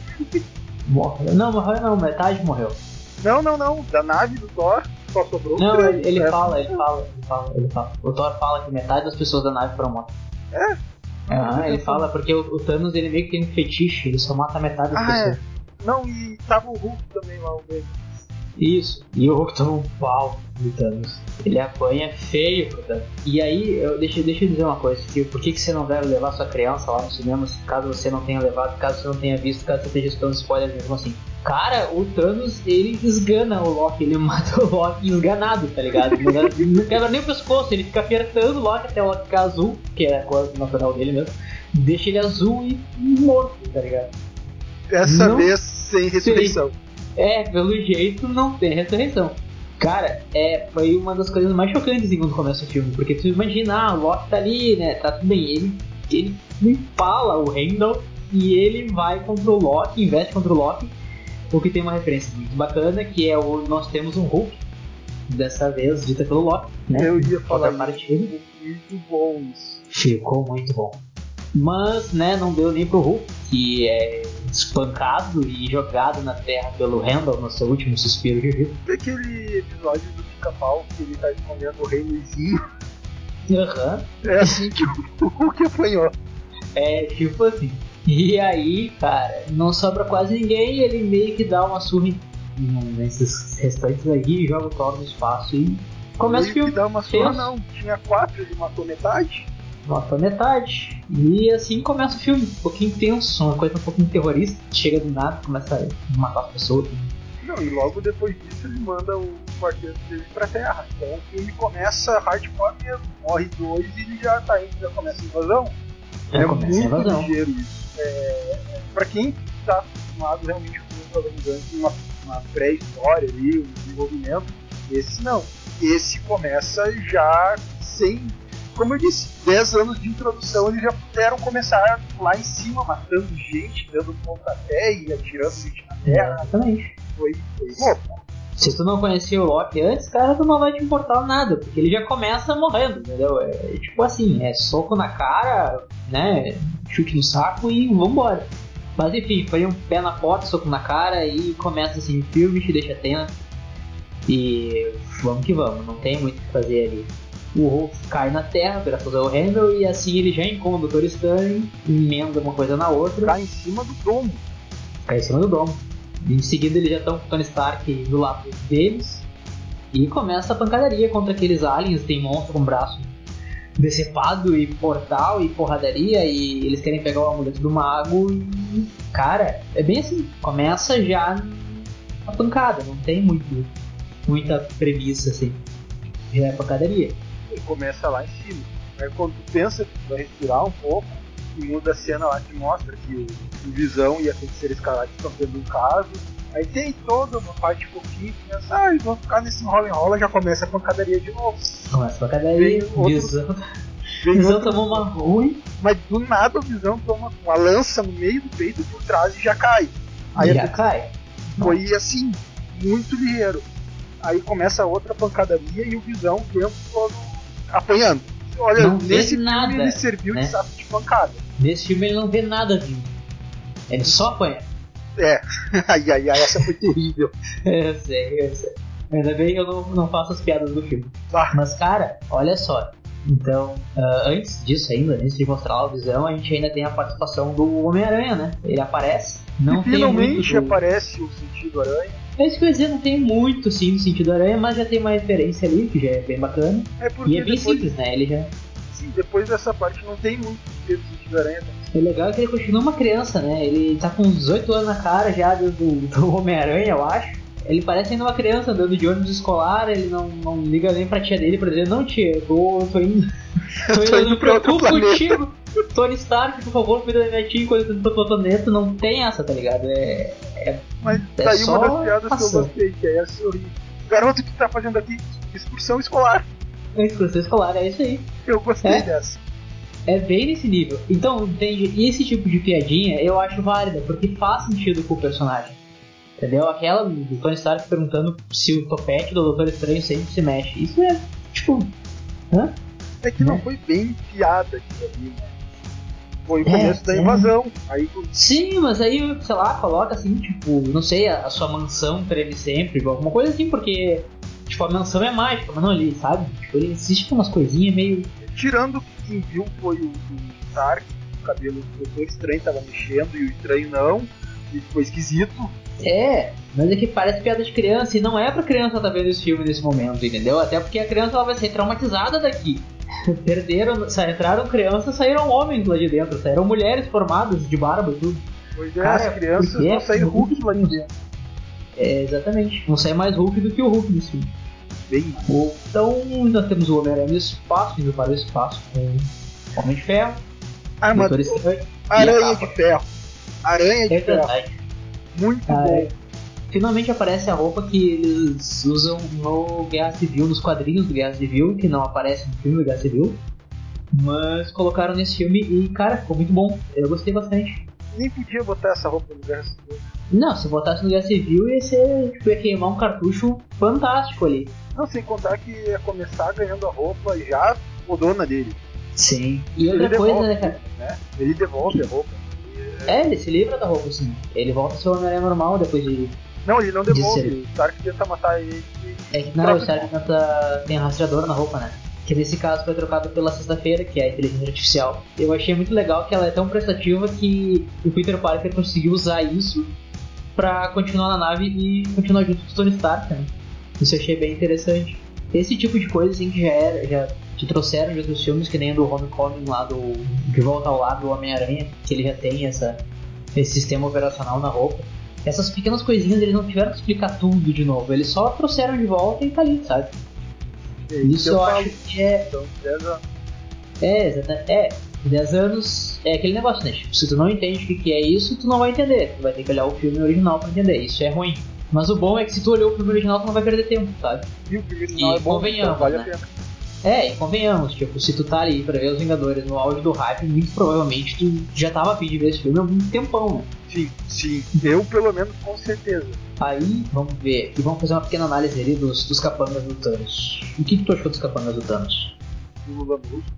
Morreu? Não, morreu não, metade morreu. Não, não, não. Da nave do Thor só sobrou. Não, três, ele, ele fala, ele fala, ele fala, ele fala. O Thor fala que metade das pessoas da nave foram mortas. É? Ah, ele fala porque o, o Thanos ele meio que tem um fetiche, ele só mata metade das ah, pessoas. É. Não, e tava o Hulk também lá, o mesmo. Isso, e o Hulk toma um pau do Thanos. Ele apanha feio pro Thanos. E aí, eu, deixa, deixa eu dizer uma coisa, que, por que, que você não deve levar sua criança lá no cinema, caso você não tenha levado, caso você não tenha visto, caso você esteja escutando spoilers mesmo assim. Cara, o Thanos, ele esgana o Loki, ele mata o Loki esganado, tá ligado? Não, não quebra nem o pescoço, ele fica apertando o Loki até o Loki ficar azul, que é a cor natural dele mesmo. Deixa ele azul e morto, tá ligado? Dessa não vez sem ressurreição. Sei. É, pelo jeito não tem ressurreição. Cara, é, foi uma das coisas mais chocantes quando começa o filme, porque tu imagina, ah, o Loki tá ali, né, tá tudo bem, ele, ele empala o Heimdall e ele vai contra o Loki, investe contra o Loki, o que tem uma referência muito bacana, que é o nós temos um Hulk, dessa vez dita pelo Loki, né? Eu ia falar isso, muito bom isso. Ficou muito bom. Mas, né, não deu nem pro Hulk, que é espancado e jogado na terra pelo Heimdall no seu último suspiro de vida. Tem aquele episódio do Pica-Pau que ele tá escondendo o rei Luizinho. Aham. Uhum. É assim que o Hulk apanhou. É, tipo assim. E aí, cara, não sobra quase ninguém e ele meio que dá uma surra nesses restantes aí e joga o Thor no espaço e começa o filme. Que dá uma surra não, tinha quatro, ele matou metade. Matou metade. E assim começa o filme, um pouquinho tenso, uma coisa um pouquinho terrorista. Chega do nada, começa a matar as pessoas. Não, e logo depois disso ele manda o quarteto dele pra terra. Então o filme começa hardcore mesmo. Morre dois e ele já tá indo, já começa a invasão. Já é começa muito a invasão. ligeiro isso. É, pra quem tá acostumado realmente com uma, uma pré-história ali, um desenvolvimento, esse não. Esse começa já sem... Como eu disse, dez anos de introdução eles já puderam começar lá em cima, matando gente, dando pontapé e atirando gente na terra. Exatamente. Foi, foi louco. Se tu não conhecia o Loki antes, cara, tu não vai te importar nada, porque ele já começa morrendo, entendeu? É, é tipo assim, é soco na cara, né, chute no saco e vambora. Mas enfim, foi um pé na porta, soco na cara e começa assim o filme, te deixa tenso. E vamos que vamos, não tem muito o que fazer ali. O Hulk cai na terra, graças ao Heimdall, e assim ele já encontra o doutor Estranho, emenda uma coisa na outra. Cai em cima do domo. Cai em cima do domo. Em seguida eles já estão com o Tony Stark do lado deles. E começa a pancadaria contra aqueles aliens, tem monstro com braço decepado e portal e porradaria, e eles querem pegar o amuleto do mago e... Cara, é bem assim, começa já a pancada, não tem muito muita premissa, assim. Já é pancadaria. Ele começa lá em cima. Aí quando tu pensa que tu vai respirar um pouco, e muda a cena lá que mostra que o, o Visão e a Feiticeira Escarlate estão tendo um caso. Aí tem toda uma parte fofinha que pensa, ah, eles vão ficar nesse enrola-enrola, já começa a pancadaria de novo. Começa a pancadaria, Vem outro- Visão. Vem Visão outro- tomou uma ruim. Mas do nada o Visão toma uma lança no meio do peito por trás e já cai. Aí Já a- cai. foi assim, muito ligeiro. Aí começa outra pancadaria e o Visão o tempo todo apanhando. Olha, Não vê nesse nada, filme ele serviu né? de saco de pancada. Nesse filme ele não vê nada vindo. Ele só apanha. É, ai ai ai, essa foi terrível. Eu sei, eu sei. Ainda bem que eu não, não faço as piadas do filme. Ah, Mas, cara, olha só. Então, ah, antes disso ainda, antes de mostrar a visão, a gente ainda tem a participação do Homem-Aranha, né? Ele aparece. Não e tem finalmente muito do... aparece o Sentido Aranha. É isso que eu ia dizer, não tem muito, sim, no sentido aranha, mas já tem uma referência ali, que já é bem bacana. É porque E é bem depois, simples, né? Ele já... sim, depois dessa parte não tem muito do Sentido Aranha. O legal é que ele continua uma criança, né? Ele tá com uns dezoito anos na cara já do, do Homem-Aranha, eu acho. Ele parece ainda uma criança andando de ônibus escolar, ele não, não liga nem pra tia dele pra dizer, não tia, eu tô, tô indo. Tô indo, Tô indo me pra outro preocupo planeta. contigo. Tony Stark, por favor, cuida da minha tia enquanto eu tô indo pra outro planeta. Não tem essa, tá ligado? É. é Mas é daí só uma das piadas ação. que eu gostei, que é essa sorrir. Garoto, o que tá fazendo aqui? Excursão escolar. É excursão escolar, é isso aí. Eu gostei É. dessa. É bem nesse nível. Então, entende? E esse tipo de piadinha eu acho válida, porque faz sentido com o personagem. Entendeu? Aquela do Tony Stark perguntando se o topete do Doutor Estranho sempre se mexe. Isso é, tipo... Hã? É que não Né? foi bem piada aquilo ali, né? Foi o É, começo da é. invasão. Aí Sim, mas aí, sei lá, coloca assim, tipo, não sei, a, a sua mansão treme sempre, alguma coisa assim, porque, tipo, a mansão é mágica, mas não ali, sabe? Tipo, ele insiste com umas coisinhas meio... tirando que quem viu foi o, o Stark, o cabelo do Doutor Estranho tava mexendo e o Estranho não, e ficou esquisito. É, mas é que parece piada de criança, e não é pra criança tá vendo esse filme nesse momento, entendeu? Até porque a criança ela vai ser traumatizada daqui. Perderam, sa- entraram crianças, saíram homens lá de dentro, saíram mulheres formadas de barba e tudo. Pois é, Cara, as crianças porque vão é sair muito Hulk lá de dentro. É, exatamente, não sai mais Hulk do que o Hulk nesse filme. Bem, Então, nós temos o Homem-Aranha no espaço, indo para o espaço com o Homem de Ferro, armadura, Doutor Estranho e a aranha capa. de ferro. Aranha de É ferro. verdade. Muito Ah, bom. é. Finalmente aparece a roupa que eles usam no Guerra Civil, nos quadrinhos do Guerra Civil, que não aparece no filme do Guerra Civil, mas colocaram nesse filme e, cara, ficou muito bom. Eu gostei bastante. Nem podia botar essa roupa no Guerra Civil. Não, se botasse no Guerra Civil ia ser, tipo, ia queimar um cartucho fantástico ali. Não, sem contar que ia começar ganhando a roupa já fodona dele. Sim. E Ele outra coisa, devolve, né, cara? né? Ele devolve a roupa. É, ele se livra da roupa, sim. Ele volta a ser o Homem-Aranha normal depois de... Não, ele não De devolve. ser. O Stark tenta matar ele. É que não, o Stark tenta... tem rastreador na roupa, né? Que nesse caso foi trocado pela Sexta-feira, que é a inteligência artificial. Eu achei muito legal que ela é tão prestativa que o Peter Parker conseguiu usar isso pra continuar na nave e continuar junto com o Tony Stark, né? Isso eu achei bem interessante. Esse tipo de coisa, assim, que já era, já te trouxeram de outros filmes, que nem do Homecoming lá do De Volta ao Lar do Homem-Aranha, que ele já tem essa, esse sistema operacional na roupa. Essas pequenas coisinhas eles não tiveram que explicar tudo de novo, eles só trouxeram de volta e tá ali, sabe? É Isso eu, eu acho falo. que é. Então, dez anos. É, exatamente. É, dez anos é aquele negócio, né? Tipo, se tu não entende o que que é isso, tu não vai entender. Tu vai ter que olhar o filme original pra entender. Isso é ruim. Mas o bom é que se tu olhou o filme original, tu não vai perder tempo, sabe? E o primeiro não E é bom, convenhamos, então vale né? a pena. É, e convenhamos, tipo, se tu tá ali pra ver os Vingadores no auge do hype, muito provavelmente tu já tava a fim de ver esse filme há muito tempão, né? Sim, sim. Eu, pelo menos, com certeza. Aí, vamos ver, e vamos fazer uma pequena análise ali dos, dos capangas do Thanos. O que, que tu achou dos capangas do Thanos? O Lula Molusco.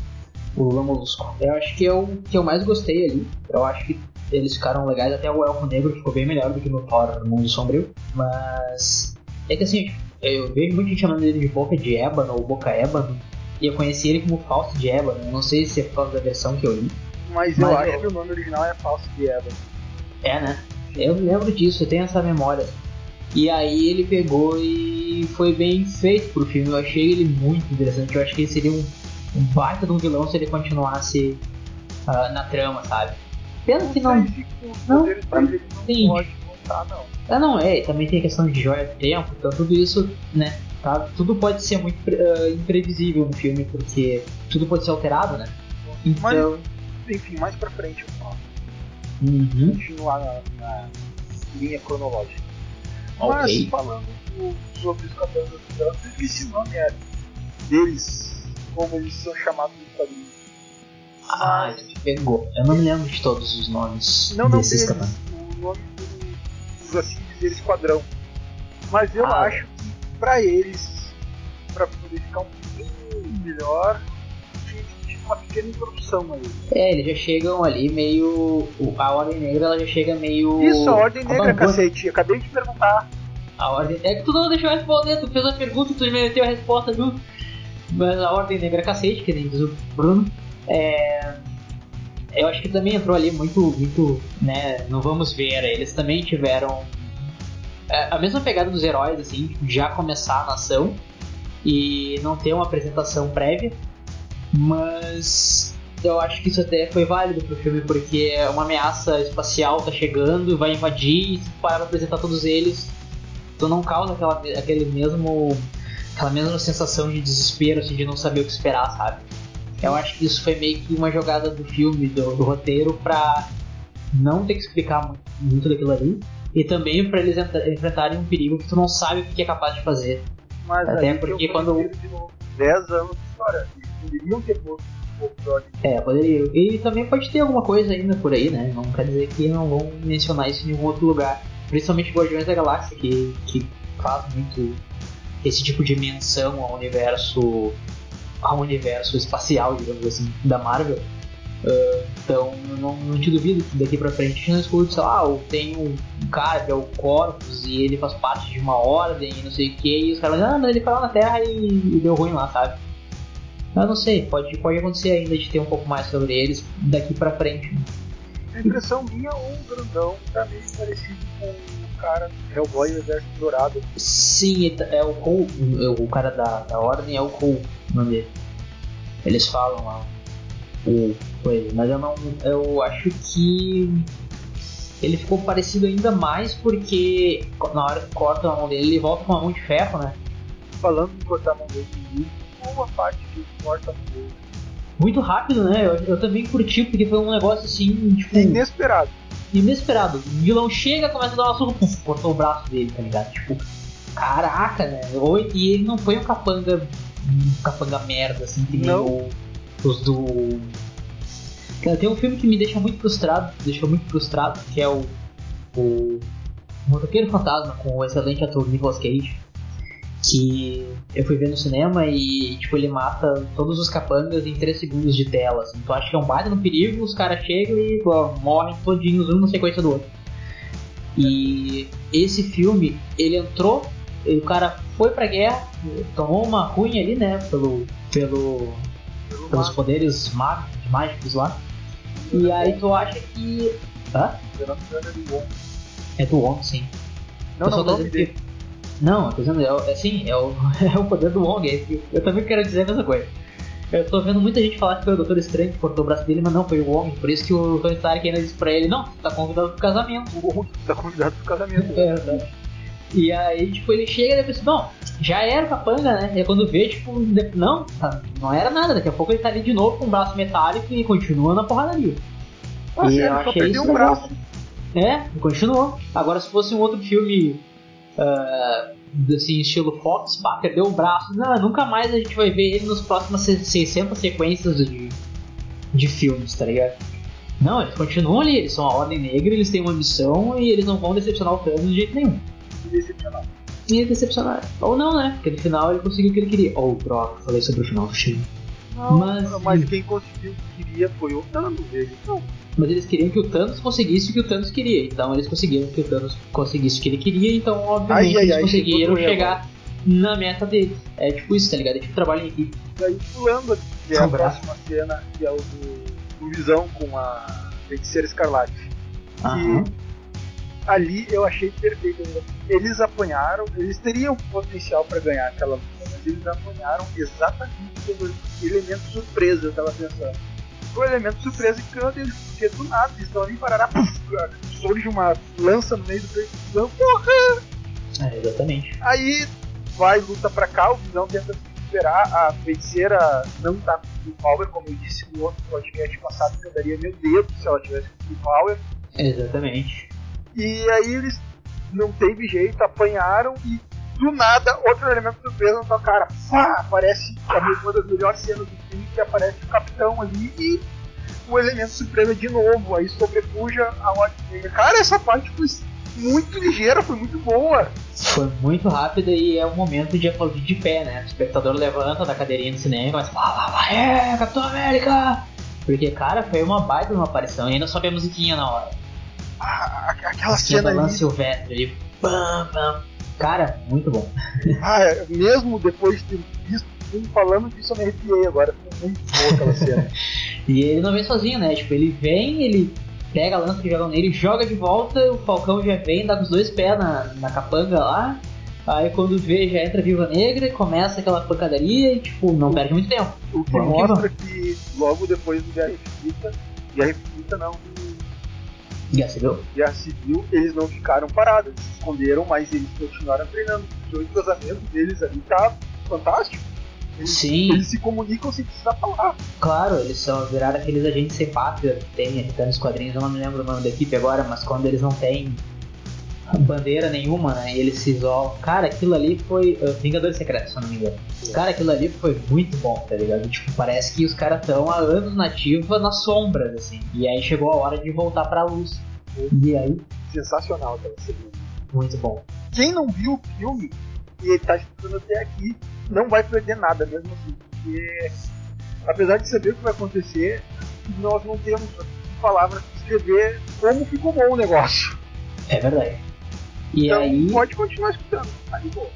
O Lula Molusco. Eu acho que é o que eu mais gostei ali. Eu acho que eles ficaram legais, até o Elfo Negro ficou bem melhor do que no Thor Mundo Sombrio. Mas é que assim, eu vejo muita gente chamando ele de Boca de Ébano ou Boca Ébano. E eu conheci ele como Fausto de Ébano. Eu não sei se é por causa da versão que eu li. Mas, eu Mas acho eu- que o nome original é Falso de Eva. É, né? Eu lembro disso, eu tenho essa memória. E aí ele pegou e foi bem feito pro filme. Eu achei ele muito interessante. Eu acho que ele seria um, um baita de um vilão se ele continuasse ah, na trama, sabe? Pena que não. sei se com os não, poderes dele ele não sim. pode tá, não. Ah, não, é, também tem a questão de joia do tempo, então tudo isso, né, tá, tudo pode ser muito uh, imprevisível no filme, porque tudo pode ser alterado, né? Então... Mas, enfim, mais pra frente eu falo. Uhum. Continuar na, na linha cronológica. Okay. Mas, falando do, sobre os Capangas do Thanos, eu esqueci o nome é, deles, como eles são chamados nos quadrinhos. Ah, Mas... tu pegou. Eu não me lembro de todos os nomes não, não desses deles, Capangas. o nome dos, assim dizer, esquadrão. Mas eu Ah, acho que pra eles, pra poder ficar um pouquinho melhor, tinha que ter uma pequena introdução aí. é, eles já chegam ali meio... A Ordem Negra, ela já chega meio... Isso, a Ordem Negra, abandona. cacete. Acabei de perguntar. A Ordem... É que tu não deixou eu responder, tu fez a pergunta, tu me meteu a resposta junto. Mas a Ordem Negra, cacete, que nem diz o Bruno. É... Eu acho que também entrou ali muito, muito, né, não vamos ver, eles também tiveram a mesma pegada dos heróis, assim, já começar a ação e não ter uma apresentação prévia, mas eu acho que isso até foi válido pro filme, porque uma ameaça espacial tá chegando, vai invadir, e se parar pra apresentar todos eles, tu não causa aquela, aquele mesmo, aquela mesma sensação de desespero, assim, de não saber o que esperar, sabe? Eu acho que isso foi meio que uma jogada do filme, do, do roteiro, pra não ter que explicar muito, muito daquilo ali. E também pra eles entra, enfrentarem um perigo que tu não sabe o que é capaz de fazer. Mas até aí porque que eu quando... de novo, dez anos de história. Eles poderiam ter posto um pouco de ordem. É, poderia. E também pode ter alguma coisa ainda por aí, né? Não quer dizer que não vão mencionar isso em nenhum outro lugar. Principalmente Guardiões da Galáxia, que, que faz muito esse tipo de menção ao universo... ao universo espacial, digamos assim, da Marvel. Uh, então eu não, não te duvido que daqui pra frente a gente não escute, sei lá, tem um, um cara que é o Corvus e ele faz parte de uma ordem e não sei o que, e os caras falam, ah, mas ele foi lá na Terra e, e deu ruim lá, sabe? Eu não sei, pode, pode acontecer ainda de ter um pouco mais sobre eles daqui pra frente. A impressão minha, o grandão tá meio parecido com o cara do Hellboy e o Exército Dourado. Sim, é o Cole, o cara da, da ordem é o Cole, o nome dele. Eles falam lá o coisa, mas eu não, eu acho que ele ficou parecido ainda mais porque na hora que corta a mão dele, ele volta com uma mão de ferro, né? Falando em cortar a mão dele, uma parte que corta a mão dele. Muito rápido, né? Eu, eu também curti, porque foi um negócio assim, tipo... inesperado. Inesperado. O vilão chega, começa a dar uma surra, puf, cortou o braço dele, tá ligado? Tipo, caraca, né? E ele não foi um capanga... Um capanga merda, assim, que nem o, os do... Tem um filme que me deixa muito frustrado, deixou muito frustrado, que é o... O Motoqueiro Fantasma, com o excelente ator Nicolas Cage, que eu fui ver no cinema e tipo, ele mata todos os capangas em três segundos de tela, assim. Tu acha que é um baita no perigo, os caras chegam e pô, morrem todinhos, um na sequência do outro. E esse filme, ele entrou, o cara foi pra guerra, tomou uma ruim ali, né, pelo, pelo, pelos poderes mágicos, mágicos lá. E aí tu acha que... Hã? É do Wong, sim. Não, não, o nome dele. Que... Não, eu tô dizendo, é, assim, é o, é o poder do Wong. É, eu também quero dizer a mesma coisa. Eu tô vendo muita gente falar que foi o Doutor Estranho que cortou o braço dele, mas não, foi o Wong. Por isso que o Tony Stark ainda disse pra ele, não, você tá convidado pro casamento. O Wong tá convidado pro casamento. É verdade. E aí, tipo, ele chega e pensa, não, já era o capanga, né? E aí quando vê, tipo, não, não era nada. Daqui a pouco ele tá ali de novo com um braço metálico e continua na porradaria. Ah, e sério, eu só achei perdeu isso um legal. braço. É, continuou. Agora, se fosse um outro filme, uh, assim, estilo Fox, pá, perdeu o braço, não, nunca mais a gente vai ver ele nas próximas seiscentas sequências de, de filmes, tá ligado? Não, eles continuam ali, eles são a Ordem Negra, eles têm uma missão e eles não vão decepcionar o Thanos de jeito nenhum. Decepcionar. E decepcionar. Ou não, né? Porque no final ele conseguiu o que ele queria. Ou, oh, droga, falei sobre o final do filme. Não, mas, mas quem conseguiu o que queria foi o Thanos, ele não. Mas eles queriam que o Thanos conseguisse o que o Thanos queria. Então eles conseguiram que o Thanos conseguisse o que ele queria. Então, obviamente, ai, eles ai, conseguiram chegar na meta deles. É tipo isso, tá ligado? É tipo trabalho em equipe. E aí, pulando aqui, que é a próxima cena, que é o do, do Visão com a Feiticeira Escarlate. Que uhum. ali eu achei perfeito. Eles apanharam, eles teriam potencial para ganhar aquela luta, mas eles apanharam exatamente pelo elemento surpresa, eu tava pensando. o elemento surpresa que ganhou deles, porque do nada eles estão ali pararam, surge uma lança no meio do peito, porra! É, exatamente. Aí vai, luta pra cá, o Visão tenta se recuperar, a feiticeira não tá com full power, como eu disse no outro podcast passado, que eu daria meu dedo se ela tivesse com full power. Exatamente. E aí eles não teve jeito, apanharam e do nada outro elemento surpresa na tua cara. Pá, aparece uma das melhores cenas do filme, que aparece o capitão ali e o elemento surpresa de novo, aí sobrepuja a Ordem Negra. Cara, essa parte foi muito ligeira, foi muito boa. Foi muito rápida e é um momento de aplaudir de pé, né? O espectador levanta da cadeirinha do cinema e começa, vai, vai, vai, é, Capitão América! Porque, cara, foi uma baita uma aparição e ainda sobe a musiquinha na hora. Ah, aquela Tinha cena da Alan ali. Silvestre ali, pam, pam. Cara, muito bom. Ah, mesmo depois de ter visto o filme falando disso, eu me arrepiei agora. Foi muito boa aquela cena. E ele não vem sozinho, né? Tipo, ele vem, ele pega a lança que jogam nele, joga de volta, o Falcão já vem, dá com os dois pés na, na capanga lá. Aí quando vê, já entra a Viúva Negra e começa aquela pancadaria e, tipo, não perde muito tempo. O que Vamos mostra que, que logo depois do Guerra Infinita, Guerra Infinita não, Guerra Civil? Guerra Civil, eles não ficaram parados, eles se esconderam, mas eles continuaram treinando, porque o entrosamento deles ali tá fantástico. Eles, Sim. Eles se comunicam sem precisar falar. Claro, eles são viraram aqueles agentes sem pátria que tem, até nos quadrinhos, eu não me lembro o nome da equipe agora, mas quando eles não têm bandeira nenhuma, né, e eles se isolam. Cara, aquilo ali foi uh, Vingadores Secretos, se eu não me engano. Cara, aquilo ali foi muito bom, tá ligado? Tipo, parece que os caras estão há anos na ativa, nas sombras, assim. E aí chegou a hora de voltar pra luz. E aí... Sensacional aquela cena. Muito bom. Quem não viu o filme e ele tá escutando até aqui, não vai perder nada mesmo assim. Porque, apesar de saber o que vai acontecer, nós não temos palavras para descrever como ficou bom o negócio. É verdade. E então aí... pode continuar escutando, tá de boa.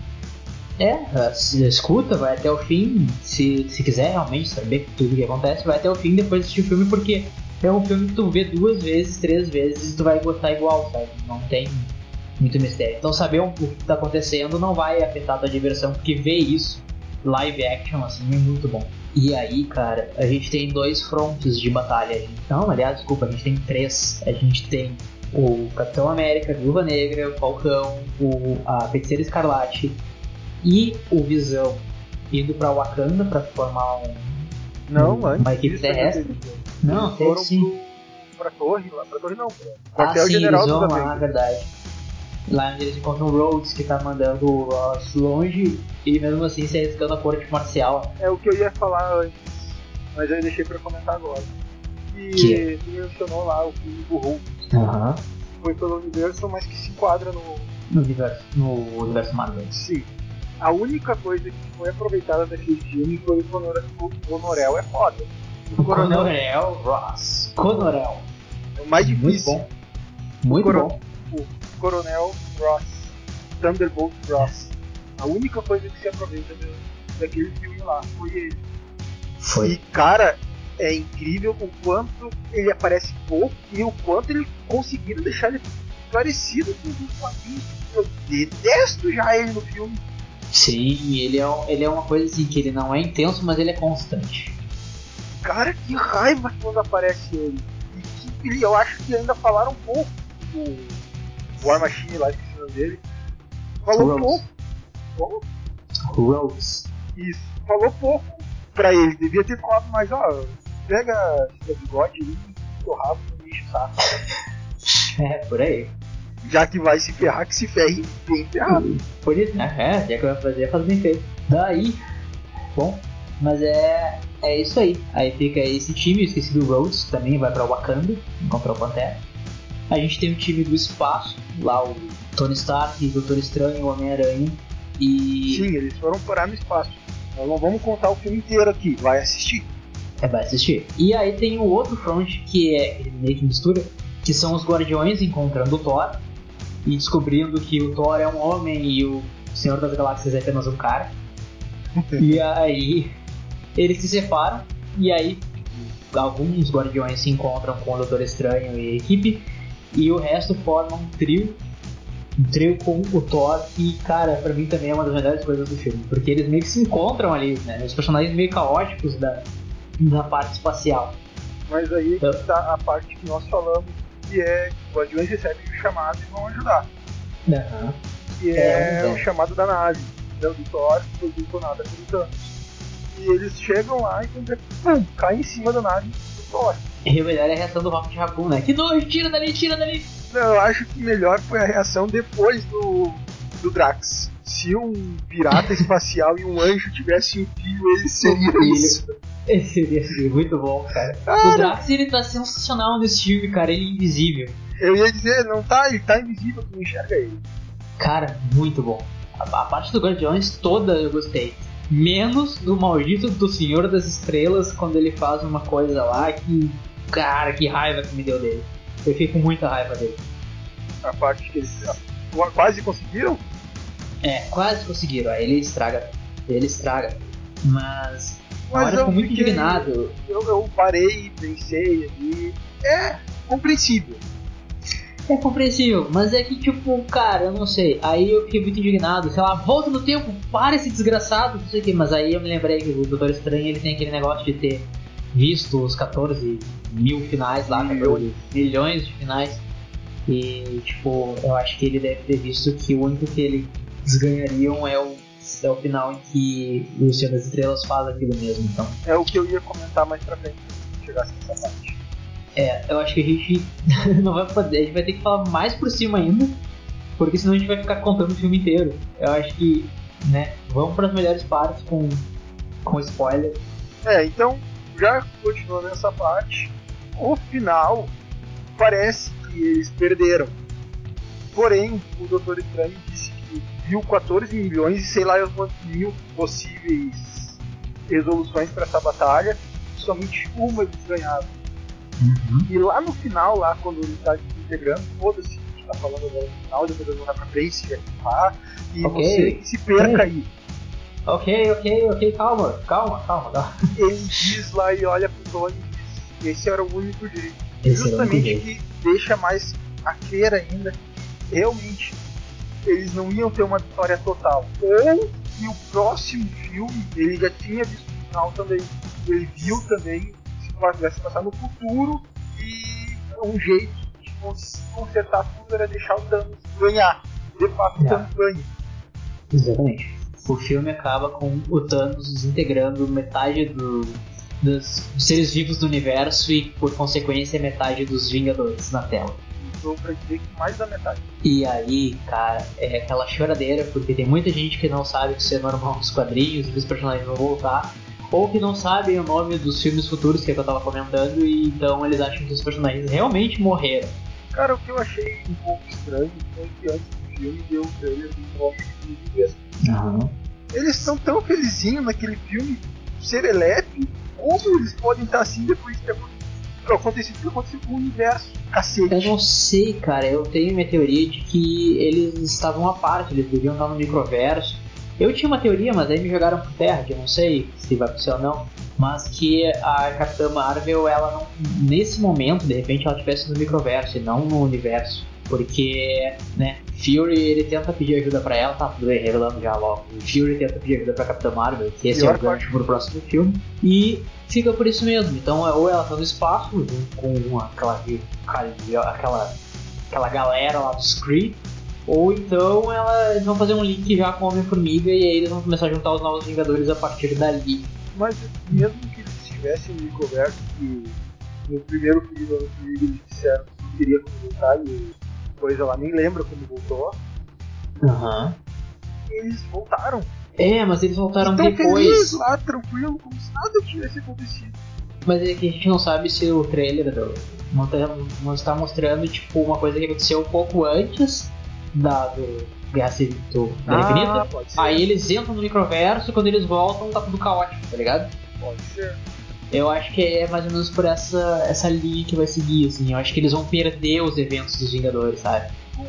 É, escuta, vai até o fim, se, se quiser realmente saber tudo o que acontece, vai até o fim depois de assistir o filme, porque é um filme que tu vê duas vezes, três vezes e tu vai gostar igual, sabe? Não tem muito mistério. Então saber o que tá acontecendo não vai afetar a tua diversão, porque ver isso, live action, assim, é muito bom. E aí, cara, a gente tem dois frontes de batalha. Não, aliás, desculpa, a gente tem três. A gente tem o Capitão América, a Viúva Negra, o Falcão, o, a Feiticeira Escarlate e o Visão indo pra Wakanda pra formar um, não, um, antes uma equipe disso, terrestre. Não, eles teve foram sim. Pro, pra torre, lá pra torre não, pro Ah, quartel sim, general eles dos vão lá, Avengers. verdade. Lá onde eles encontram o Rhodes, que tá mandando o Ross longe e mesmo assim se arriscando a corte marcial. É o que eu ia falar antes, mas eu deixei pra comentar agora. E Que? tu mencionou lá o filme do Hulk. Aham. Foi pelo universo, mas que se enquadra no... No universo, no universo Marvel. Sim. A única coisa que foi aproveitada daquele filme foi o Conorel. O Conorel é foda. O Coronel, Coronel Ross. Coronel. É o mais difícil. Muito bom. Muito Coro... bom. O Coronel Ross. Thunderbolt Ross. A única coisa que se aproveita daquele filme lá foi ele. Foi. E, cara, é incrível o quanto ele aparece pouco e o quanto ele conseguiram deixar ele parecido com os quadrinhos. Eu detesto já ele no filme. Sim, ele é, ele é uma coisa assim que ele não é intenso, mas ele é constante. Cara, que raiva quando aparece ele. E que, eu acho que ainda falaram um pouco do War Machine lá, esqueci o nome dele. Falou Rose. pouco. Como? Rose. Isso, falou pouco pra ele. Devia ter falado mais, ó, pega seu bigode e seu rabo no lixo, tá? É, por aí. Já que vai se ferrar, que se ferre bem ferrado. Por isso, né? É, já que vai fazer, faz bem feito. Daí, bom, mas é, é isso aí. Aí fica esse time, eu esqueci do Rhodes, que também vai pra Wakanda, encontrar o Pantera. A gente tem o time do espaço, lá o Tony Stark, o Doutor Estranho, o Homem-Aranha. E... Sim, eles foram parar no espaço. Nós não vamos contar o filme inteiro aqui, vai assistir. É, vai assistir. E aí tem o outro front, que é ele meio que mistura, que são os Guardiões encontrando o Thor e descobrindo que o Thor é um homem e o Senhor das Galáxias é apenas um cara. E aí eles se separam e aí alguns Guardiões se encontram com o Doutor Estranho e a equipe e o resto forma um trio um trio com o Thor e, cara, pra mim também é uma das melhores coisas do filme, porque eles meio que se encontram ali, né, os personagens meio caóticos da, da parte espacial. Mas aí Então- tá a parte que nós falamos, que é que o Guardiões recebem o chamado e vão ajudar. Aham. Que É, é, é. o chamado da nave, né, do Thor, que foi detonada pelo Thanos. E eles chegam lá e quando pum, cai em cima da nave do Thor. E o melhor é a reação do Rocket Raccoon, né? Que nojo, tira dali, tira dali! Eu acho que melhor foi a reação depois do, do Drax. Se um pirata espacial e um anjo tivessem um filho, ele seria filho. isso. Esse seria muito bom, cara. Cara. O Drax, ele tá sensacional nesse filme, cara. Ele é invisível. Eu ia dizer, não tá, ele tá invisível, tu não enxerga ele. Cara, muito bom. A, a parte do Guardiões toda eu gostei. Menos do maldito do Senhor das Estrelas, quando ele faz uma coisa lá que... Cara, que raiva que me deu dele. Eu fiquei com muita raiva dele. A parte que eles a- quase conseguiram. É, quase conseguiram. Aí ele estraga. Ele estraga. Mas... Na Mas hora eu eu fico muito fiquei- indignado. Eu, eu parei, pensei ali. É compreensível. É compreensível, mas é que tipo, cara, eu não sei. Aí eu fiquei muito indignado, sei lá, volta no tempo, para esse desgraçado, não sei o que. Mas aí eu me lembrei que o Doutor Estranho ele tem aquele negócio de ter visto os catorze mil finais lá, Milhões. catorze milhões de finais. E tipo, eu acho que ele deve ter visto que o único que eles ganhariam é o, é o final em que o Senhor das Estrelas faz aquilo mesmo, então. É o que eu ia comentar mais pra frente, se chegasse nessa parte. É, eu acho que a gente não vai poder, a gente vai ter que falar mais por cima ainda, porque senão a gente vai ficar contando o filme inteiro. Eu acho que, né, vamos para as melhores partes com, com spoiler. É, então, já continuando nessa parte, o final parece que eles perderam. Porém, o Doutor Estranho disse que viu catorze milhões e sei lá quantos mil possíveis resoluções para essa batalha, e somente uma eles ganharam. Uhum. E lá no final, lá quando ele está desintegrando, foda-se, a gente tá falando agora no final, depois eu vou lá pra frente, se vai filmar, e Ok. você que se perca Ok. aí. Ok, ok, ok, calma, calma, calma, calma. Ele diz lá e olha pro Tony e diz: esse era o único jeito. Esse era o único Justamente jeito. que deixa mais a crer ainda que realmente eles não iam ter uma vitória total. Ou que o próximo filme ele já tinha visto o final também. Ele viu também se vai se passar no futuro e um jeito de consertar tudo era deixar o Thanos ganhar. De fato, o É. Thanos ganha. Exatamente. O filme acaba com o Thanos desintegrando metade do, dos seres vivos do universo e, por consequência, metade dos Vingadores na tela. Então, pra dizer que mais da metade. E aí, cara, é aquela choradeira, porque tem muita gente que não sabe que isso é normal nos quadrinhos, que os personagens vão voltar, ou que não sabem o nome dos filmes futuros, que é o que eu tava comentando, e então eles acham que os personagens realmente morreram. Cara, o que eu achei um pouco estranho foi que antes do filme deu o trailer do Homem de Vingança. Aham. Eles estão tão felizinhos naquele filme serelepe, como eles podem estar assim depois de ter acontecido o que aconteceu com o universo? Cacete. Eu não sei, cara, eu tenho minha teoria de que eles estavam à parte, eles deviam estar no microverso. Eu tinha uma teoria, mas aí me jogaram por terra, que eu não sei se vai funcionar ou não, mas que a Capitã Marvel, ela não, nesse momento, de repente, ela estivesse no microverso e não no universo. Porque, né, Fury, ele tenta pedir ajuda pra ela, tá tudo bem, revelando já logo. O Fury tenta pedir ajuda pra Capitã Marvel, que esse Pior é o gancho pro próximo filme. E fica por isso mesmo. Então, ou ela tá no espaço, junto com aquela, aquela, aquela galera lá dos Kree, ou então ela, eles vão fazer um link já com o Homem-Formiga e aí eles vão começar a juntar os novos Vingadores a partir dali. Mas mesmo que eles estivessem no microverso, que no primeiro filme do Homem-Formiga eles disseram que não queria como voltar e depois ela nem lembra como voltou, Aham. eles voltaram. É, mas eles voltaram Estão depois. felizes lá, tranquilo, como se nada tivesse acontecido. Mas é que a gente não sabe se o trailer do, não, tá, não está mostrando tipo uma coisa que aconteceu um pouco antes da do Guerra Civil do Guerra Ah, Infinita. pode ser. Aí eles entram no microverso e quando eles voltam tá tudo caótico, tá ligado? Pode ser. Eu acho que é mais ou menos por essa, essa linha que vai seguir, assim. Eu acho que eles vão perder os eventos dos Vingadores, sabe?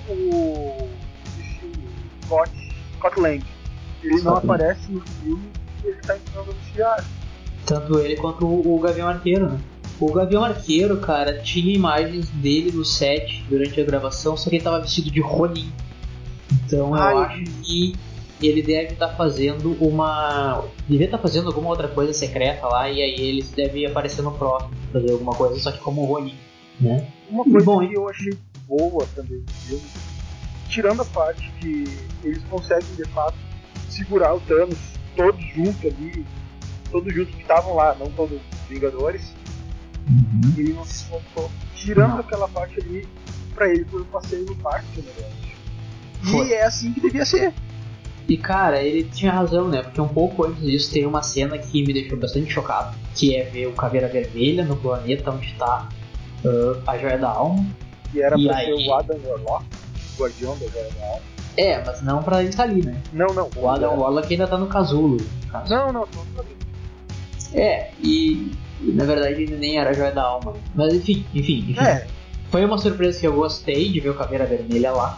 O, esse Scott, Scott Lang, ele não Scott Lang. aparece no filme, ele tá entrando no vestiário. Tanto ele quanto o, o Gavião Arqueiro, né? O Gavião Arqueiro, cara, tinha imagens dele no set durante a gravação, só que ele tava vestido de Ronin. Então eu Ah, eu acho vi. que ele deve estar tá fazendo uma... Devia estar tá fazendo alguma outra coisa secreta lá, e aí ele deve aparecer no próximo, fazer alguma coisa, só que como Ronin, né? Uma coisa Bom, que eu achei boa também no filme, tirando a parte que eles conseguem de fato segurar o Thanos todos juntos ali, todos juntos que estavam lá, não todos os Vingadores, uhum. ele não se esforçou. Tirando Não. aquela parte ali, pra ele foi um passeio no parque, né? Foi. E é assim que devia ser. E cara, ele tinha razão, né? Porque um pouco antes disso tem uma cena que me deixou bastante chocado, que é ver o Caveira Vermelha no planeta onde está uh, a Joia da Alma. E era e pra aí... ser o Adam Warlock, o guardião da Joia da Alma. É, mas não pra ele estar ali, né? Não, não. O Adam era... Warlock ainda tá no casulo, no caso. Não, não, não, não. É, e, e na verdade ele nem era a Joia da Alma. Mas enfim, enfim, enfim. É. Foi uma surpresa que eu gostei de ver o Caveira Vermelha lá.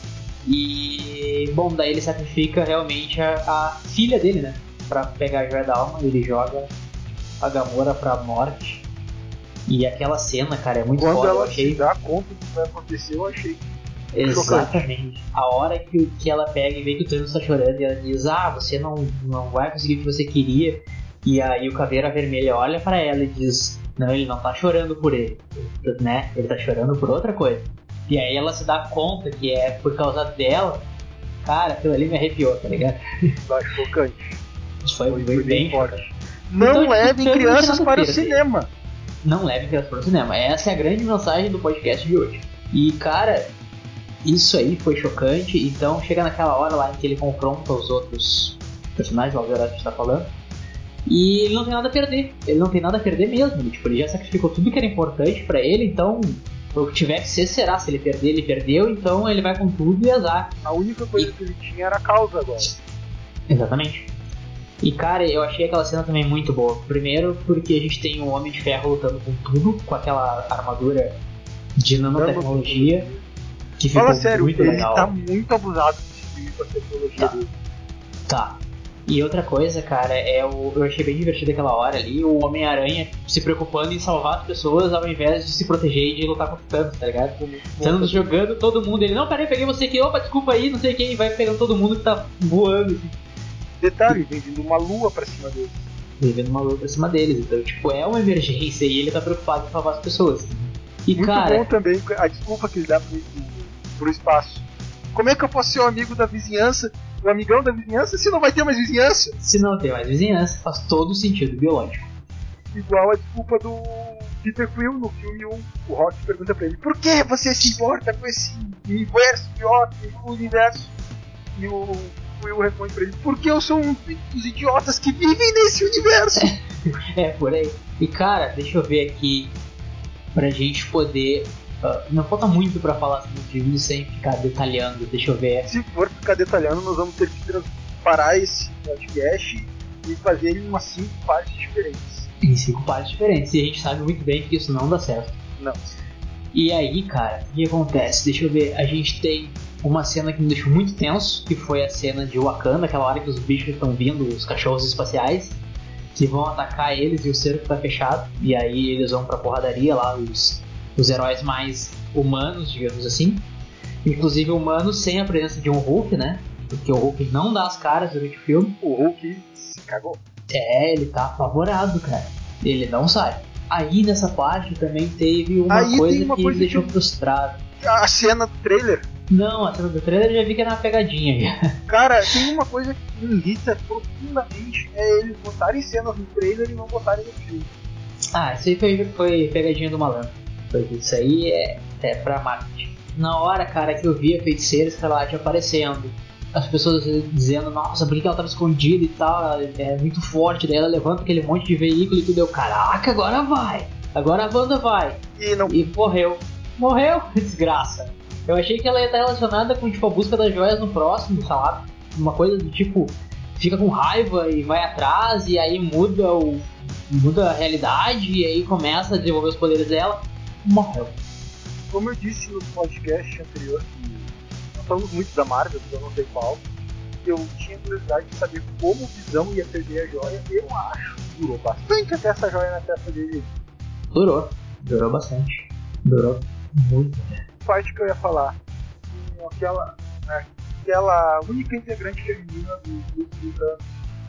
E, bom, daí ele sacrifica realmente a, a filha dele, né? Pra pegar a Joia da Alma, ele joga a Gamora pra morte. E aquela cena, cara, é muito Quando foda, ela eu achei. se dá conta do que vai acontecer, eu achei. Exatamente. Chocante. A hora que, que ela pega e vê que o Thanos tá chorando e ela diz, ah, você não, não vai conseguir o que você queria. E aí o Caveira Vermelha olha pra ela e diz, não, ele não tá chorando por ele, né? Ele tá chorando por outra coisa. E aí ela se dá conta que é por causa dela. Cara, aquilo ali me arrepiou, tá ligado? Vai, chocante. Isso foi, Foi, foi foi bem bem forte. chocante. Não Então, tipo, levem Thanos não crianças tinha nada a para o perder. cinema. Não levem crianças para o cinema. Essa é a grande mensagem do podcast de hoje. E, cara, isso aí foi chocante. Então, chega naquela hora lá em que ele confronta os outros personagens, lá o Herói que a gente tá falando. E ele não tem nada a perder. Ele não tem nada a perder mesmo. Ele, tipo, ele já sacrificou tudo que era importante pra ele. Então, o que tiver que ser, será. Se ele perder, ele perdeu. Então, ele vai com tudo e azar. A única coisa e... que ele tinha era a causa agora. Exatamente. E, cara, eu achei aquela cena também muito boa. Primeiro, porque a gente tem um Homem de Ferro lutando com tudo, com aquela armadura de nanotecnologia, que ficou Fala sério, muito ele legal. tá muito abusado desse filme com a tecnologia Tá. dele. Tá. E outra coisa, cara, é o, eu achei bem divertido aquela hora ali, o Homem-Aranha se preocupando em salvar as pessoas ao invés de se proteger e de lutar contra o Thanos, tá ligado? Thanos jogando todo mundo, ele, não, peraí, peguei você aqui, opa, desculpa aí, não sei quem, vai pegando todo mundo que tá voando, assim. Detalhe, vem vindo uma lua pra cima dele. Vem vindo uma lua pra cima deles, então, tipo, é uma emergência e ele tá preocupado em salvar as pessoas. E, muito cara... bom também a desculpa que ele dá pro, pro espaço. Como é que eu posso ser o amigo da vizinhança, o amigão da vizinhança, se não vai ter mais vizinhança? Se não tem mais vizinhança, faz todo sentido biológico. Igual a desculpa do Peter Quill no filme um. O Rock pergunta pra ele, por que você se importa com esse universo idiota, o universo? E o Quill responde pra ele, porque eu sou um dos idiotas que vivem nesse universo. É, por aí. E cara, deixa eu ver aqui pra gente poder... Uh, não falta muito pra falar sobre o filme sem ficar detalhando, deixa eu ver. Se for ficar detalhando, nós vamos ter que parar esse podcast e fazer ele em umas cinco partes diferentes. Em cinco partes diferentes, e a gente sabe muito bem que isso não dá certo. Não. E aí, cara, o que acontece? Deixa eu ver, a gente tem uma cena que me deixou muito tenso, que foi a cena de Wakanda, aquela hora que os bichos estão vindo, os cachorros espaciais, que vão atacar eles e o cerco tá fechado, e aí eles vão pra porradaria lá, os, os heróis mais humanos, digamos assim. Inclusive humanos sem a presença de um Hulk, né? Porque o Hulk não dá as caras durante o filme. O Hulk se cagou. É, ele tá apavorado, cara. Ele não sai. Aí nessa parte também teve uma Aí coisa uma que coisa me deixou que... frustrado. A cena do trailer. Não, a cena do trailer eu já vi que era uma pegadinha. Cara, tem uma coisa que me irrita profundamente, é eles botarem cenas no trailer e não botarem no filme. Ah, isso aí foi, foi pegadinha do malandro. Isso aí é, é pra marketing. Na hora, cara, que eu vi a Feiticeira Escarlate aparecendo, as pessoas dizendo, nossa, por que ela tava escondida e tal, ela é muito forte, daí ela levanta aquele monte de veículo e tudo, eu, caraca, agora vai, agora a Wanda vai. E não... E morreu. Morreu? Desgraça. Eu achei que ela ia estar relacionada com, tipo, a busca das joias no próximo, sabe? Uma coisa do tipo, fica com raiva e vai atrás, e aí muda o... muda a realidade, e aí começa a desenvolver os poderes dela. Morreu. Como eu disse no podcast anterior, que nós falamos muito da Marvel, eu não sei qual, eu tinha curiosidade de saber como o Visão ia perder a joia. Eu acho que durou bastante até essa joia na testa dele. Durou. Durou bastante. Durou muito. A parte que eu ia falar, aquela, né, aquela única integrante feminina do grupo do Thanos,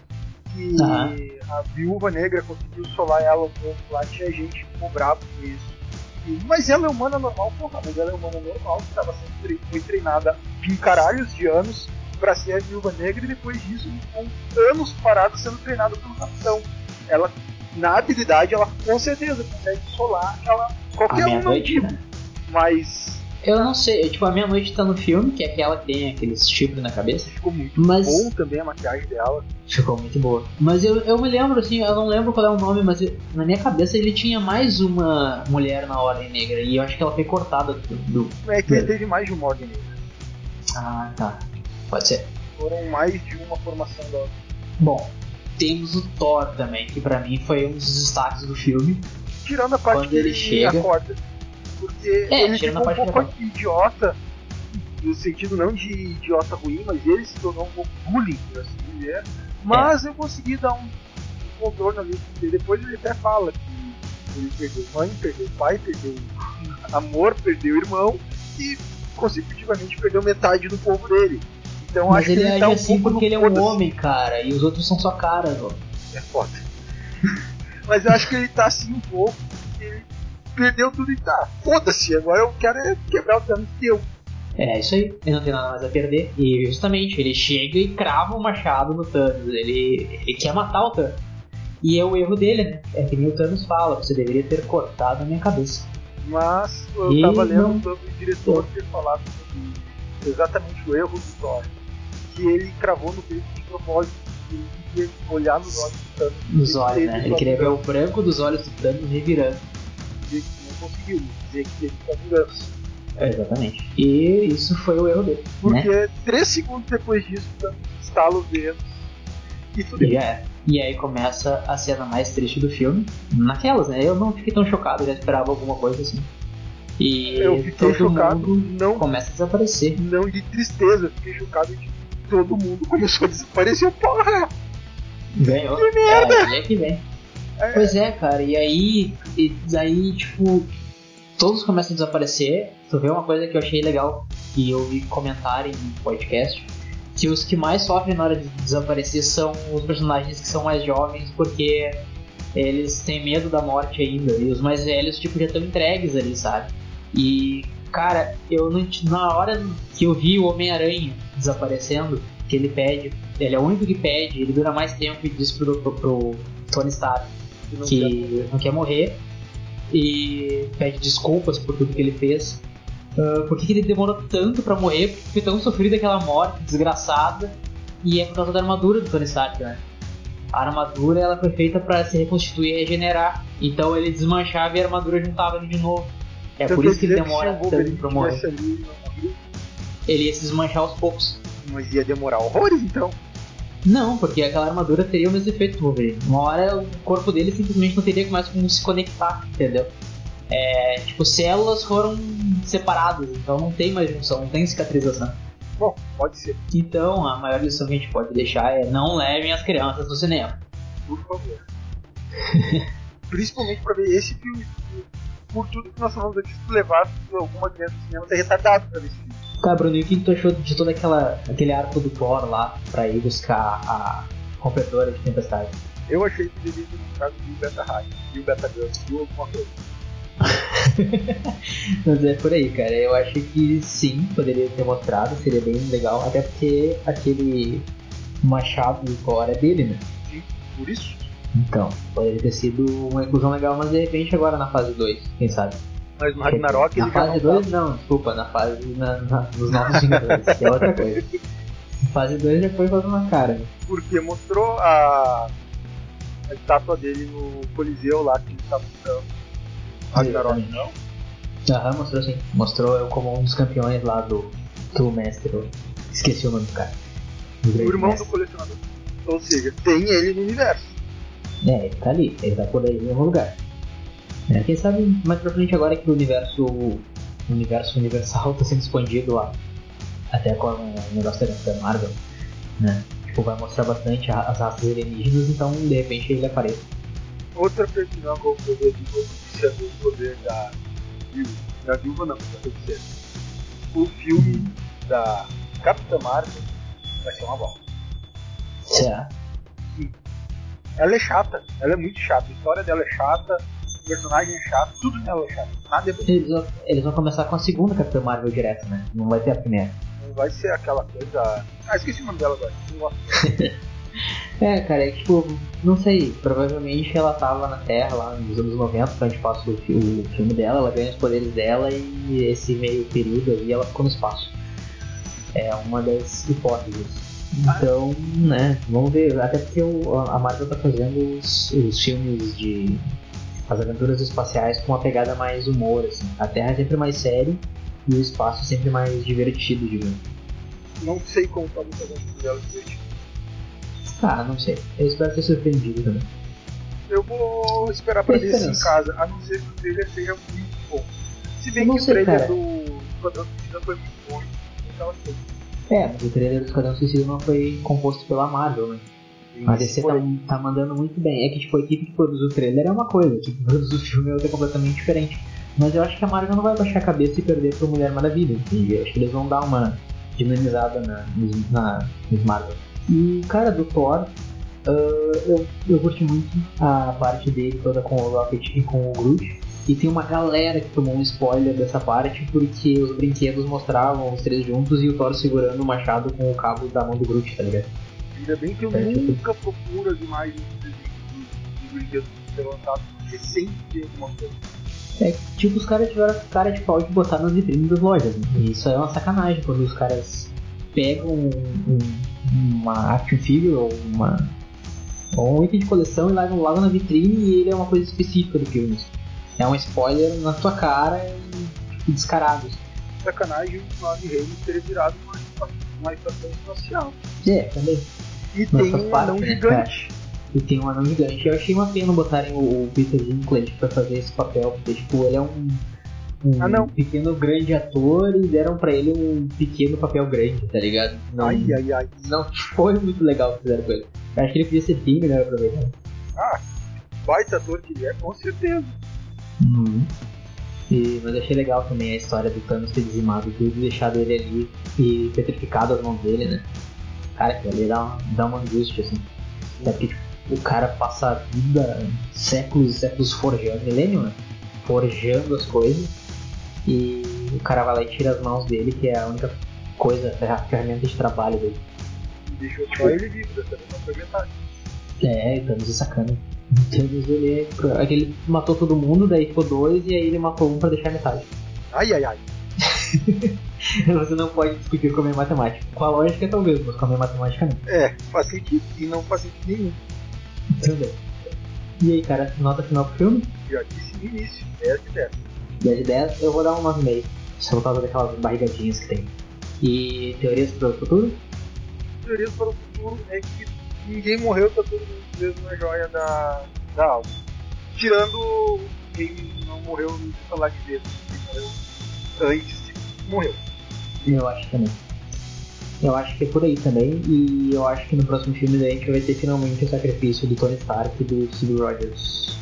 que uhum. a Viúva Negra conseguiu solar ela um pouco lá, tinha gente que ficou bravo com isso. E, mas ela é humana normal, porra, mas ela é humana normal, que tava sendo, foi treinada em caralhos de anos pra ser a Viúva Negra, e depois disso ficou anos parada sendo treinada pelo Capitão. Ela, na habilidade, ela com certeza consegue solar aquela, qualquer um não digo, né? Mas... Eu não sei, tipo, a Meia-Noite tá no filme, que é aquela que tem aqueles chifres na cabeça. Ficou muito mas... bom também a maquiagem dela. Ficou muito boa. Mas eu, eu me lembro, assim, eu não lembro qual é o nome, mas eu, na minha cabeça ele tinha mais uma mulher na Ordem Negra, e eu acho que ela foi cortada do... do é que ele teve mais de uma Ordem Negra. Ah, tá. Pode ser. Foram mais de uma formação da Ordem. Bom, temos o Thor também, que pra mim foi um dos destaques do filme. Tirando a parte quando que ele, ele chega... acorda. Porque é, ele ficou um pouco idiota, no sentido não de idiota ruim, mas ele se tornou um pouco bullying, por assim dizer. Mas é. eu consegui dar um, um contorno ali, porque depois ele até fala que ele perdeu mãe, perdeu pai, perdeu amor, perdeu irmão e consecutivamente perdeu metade do povo dele. Então mas acho ele que ele age tá um assim pouco porque ele é um homem, cara, e os outros são só caras, ó. É foda. Mas eu acho que ele tá assim um pouco, porque ele perdeu tudo e tá. Foda-se, agora eu quero é quebrar o Thanos teu. É, isso aí, ele não tem nada mais a perder. E justamente, ele chega e crava o machado no Thanos. Ele, ele quer matar o Thanos. E é o erro dele, né? É que nem o Thanos fala, você deveria ter cortado a minha cabeça. Mas eu e tava lendo sobre o diretor ter falado sobre exatamente o erro do Thor. Que ele cravou no peito de propósito. Ele queria olhar nos olhos do Thanos. Nos olhos, né? Ele queria ver o branco dos olhos do Thanos revirando. Dizer que não conseguiu, dizer que teve sua vingança. É, exatamente. E isso foi o erro dele. Porque né? três segundos depois disso, o Thanos estala os dedos e tudo. E, é. e aí começa a cena mais triste do filme. Naquelas, né? Eu não fiquei tão chocado, já esperava alguma coisa assim. E eu fiquei todo chocado, mundo não, começa a desaparecer. Não de tristeza, eu fiquei chocado de todo mundo começou a desaparecer. Porra! Ganhou. Que merda! É, é que vem. É. Pois é, cara, e aí, e daí, tipo, todos começam a desaparecer. Tu vê uma coisa que eu achei legal, que eu vi comentarem no podcast, que os que mais sofrem na hora de desaparecer são os personagens que são mais jovens, porque eles têm medo da morte ainda, e os mais velhos, tipo, já estão entregues ali, sabe? E, cara, eu não, na hora que eu vi o Homem-Aranha desaparecendo, que ele pede, ele é o único que pede, ele dura mais tempo e diz pro, pro, pro Tony Stark não que quer não quer morrer e pede desculpas por tudo que ele fez. Uh, por que ele demorou tanto pra morrer? Porque foi tão sofrido aquela morte desgraçada, e é por causa da armadura do Tony Stark, né? A armadura ela foi feita pra se reconstituir e regenerar, então ele desmanchava e a armadura juntava ele de novo. É então por isso que ele demora que tanto pra morrer. Ali, ele ia se desmanchar aos poucos. Mas ia demorar horrores então? Não, porque aquela armadura teria o mesmo efeito do Wolverine. Uma hora o corpo dele simplesmente não teria mais como se conectar, entendeu? É, tipo, células foram separadas, então não tem mais junção, não tem cicatrização. Bom, pode ser. Então, a maior lição que a gente pode deixar é não levem as crianças no cinema. Por favor. Principalmente pra ver esse filme. Por tudo que nós falamos aqui, se levar alguma criança no cinema, tá retardado pra ver esse filme. Tá, Bruno, e o que tu achou de todo aquela, aquele arco do Thor lá pra ir buscar a rompedora de tempestade? Eu achei que devia ter buscado o Beta High, e o Beta Gun, e alguma coisa. Mas é por aí, cara. Eu acho que sim, poderia ter mostrado, seria bem legal, até porque aquele machado do Thor é dele, né? Sim, por isso. Então, poderia ter sido uma inclusão legal, mas de repente agora na fase dois, quem sabe? Mas no Ragnarok ele na fase dois não, não, desculpa, na fase na, na, nos Novos Vingadores, que é outra coisa. Na fase dois já foi fazendo uma cara. Né? Porque mostrou a, a estátua dele no Coliseu lá que ele estava usando. Ragnarok não? Aham, mostrou sim. Mostrou eu como um dos campeões lá do, do mestre. Eu esqueci o nome do cara. Do o irmão mestre. Do colecionador. Ou seja, tem ele no universo. É, ele tá ali, ele tá por aí em algum lugar. É, quem sabe mais pra frente agora que o universo o universo universal tá sendo expandido lá, até com o negócio da Marvel, né? Tipo, vai mostrar bastante as raças alienígenas, então de repente ele aparece. Outra previsão que eu poder de notícia do poder da Viúva, da Viúva não, da Feiticeira. O filme da Capitã Marvel vai ser uma bosta. Será? Sim. Ela é chata, ela é muito chata, a história dela é chata, o personagem é chato, tudo nela é chato, nada é bom. Eles vão, eles vão começar com a segunda Capitã Marvel direto, né? Não vai ter a primeira. Não vai ser aquela coisa. Ah, esqueci o nome dela agora, não gosto. É, cara, é tipo, não sei, provavelmente ela tava na Terra lá nos anos noventa, quando a gente passa o, fi- o filme dela, ela ganha os poderes dela e esse meio período aí ela ficou no espaço. É uma das hipóteses. Então, né, vamos ver, até porque o, a Marvel tá fazendo os, os filmes de as aventuras espaciais com uma pegada mais humor, assim. A Terra é sempre mais séria e o espaço sempre mais divertido, digamos. Não sei como tá muito bom dela divertido. Ah, não sei. Eu espero ter surpreendido também. Eu vou esperar pra Tem ver isso em esperança. casa, a não ser que o trailer seja muito bom. Se bem Eu não que o sei, trailer cara. do Esquadrão Suicida foi muito bom, aquela coisa. É, mas o trailer do Esquadrão Suicida não foi composto pela Marvel, né? A D C tá, tá mandando muito bem. É que tipo, a equipe que produz o trailer é uma coisa, tipo, produz o filme é outra completamente diferente. Mas eu acho que a Marvel não vai baixar a cabeça e perder pro Mulher Maravilha, entende? Eu acho que eles vão dar uma dinamizada na, na, nos Marvel. E, cara, do Thor, uh, eu, eu curti muito a parte dele toda com o Rocket e com o Groot. E tem uma galera que tomou um spoiler dessa parte porque os brinquedos mostravam os três juntos e o Thor segurando o machado com o cabo da mão do Groot, tá ligado? Ainda bem que eu É, tipo... nunca procuro as imagens dos brinquedos que ser lançados, porque sempre tem alguma coisa. É, tipo, os caras tiveram cara de pau de botar nas vitrines das lojas, né? E isso é uma sacanagem quando os caras pegam um, um, uma action figure ou uma, ou um item de coleção e largam logo na vitrine e ele é uma coisa específica do filme. É um spoiler na tua cara e tipo, descarado. Sacanagem o Nove Reinos ter virado uma, uma estação espacial. É, também. E Mas tem faz um parte, anão né, gigante. cara? E tem um anão gigante. Eu achei uma pena botarem o, o Peter Dinklage pra fazer esse papel, porque tipo, ele é um, um ah, pequeno grande ator e deram pra ele um pequeno papel grande, tá ligado? Não, ai, ai, ai. não foi muito legal o que fizeram com ele. Eu acho que ele podia ser bem melhor aproveitado. Ah, baita ator que ele é, com certeza. Uhum. E, mas achei legal também a história do Thanos ter dizimado tudo e deixado ele ali e petrificado as mãos dele, né? Cara, aquilo ali dá uma, dá uma angústia, assim. É porque tipo, o cara passa a vida, séculos e séculos forjando, milênio, né? Forjando as coisas e o cara vai lá e tira as mãos dele, que é a única coisa, a ferramenta de trabalho dele. E deixou só ele vivo, dessa vez não foi metade. É, Thanos é sacana. Thanos ele é. É que ele matou todo mundo, daí ficou dois e aí ele matou um pra deixar metade. Ai, ai, ai. Você não pode discutir com a minha matemática. Com a lógica talvez, mas com a minha matemática não. É, faz sentido. E não faz sentido nenhum. Também. E aí, cara, nota final pro filme? Já disse no início, dez de dez. dez de dez, eu vou dar um nove vírgula cinco. Só por causa daquelas barrigadinhas que tem. E teorias para o futuro? Teorias para o futuro é que ninguém morreu, tá todo mundo preso na joia da, da alma. Tirando quem não morreu no falar de Deus. Quem morreu antes de morreu. Eu acho também. Eu acho que é por aí também. E eu acho que no próximo filme a gente vai ter finalmente o sacrifício do Tony Stark e do Steve Rogers.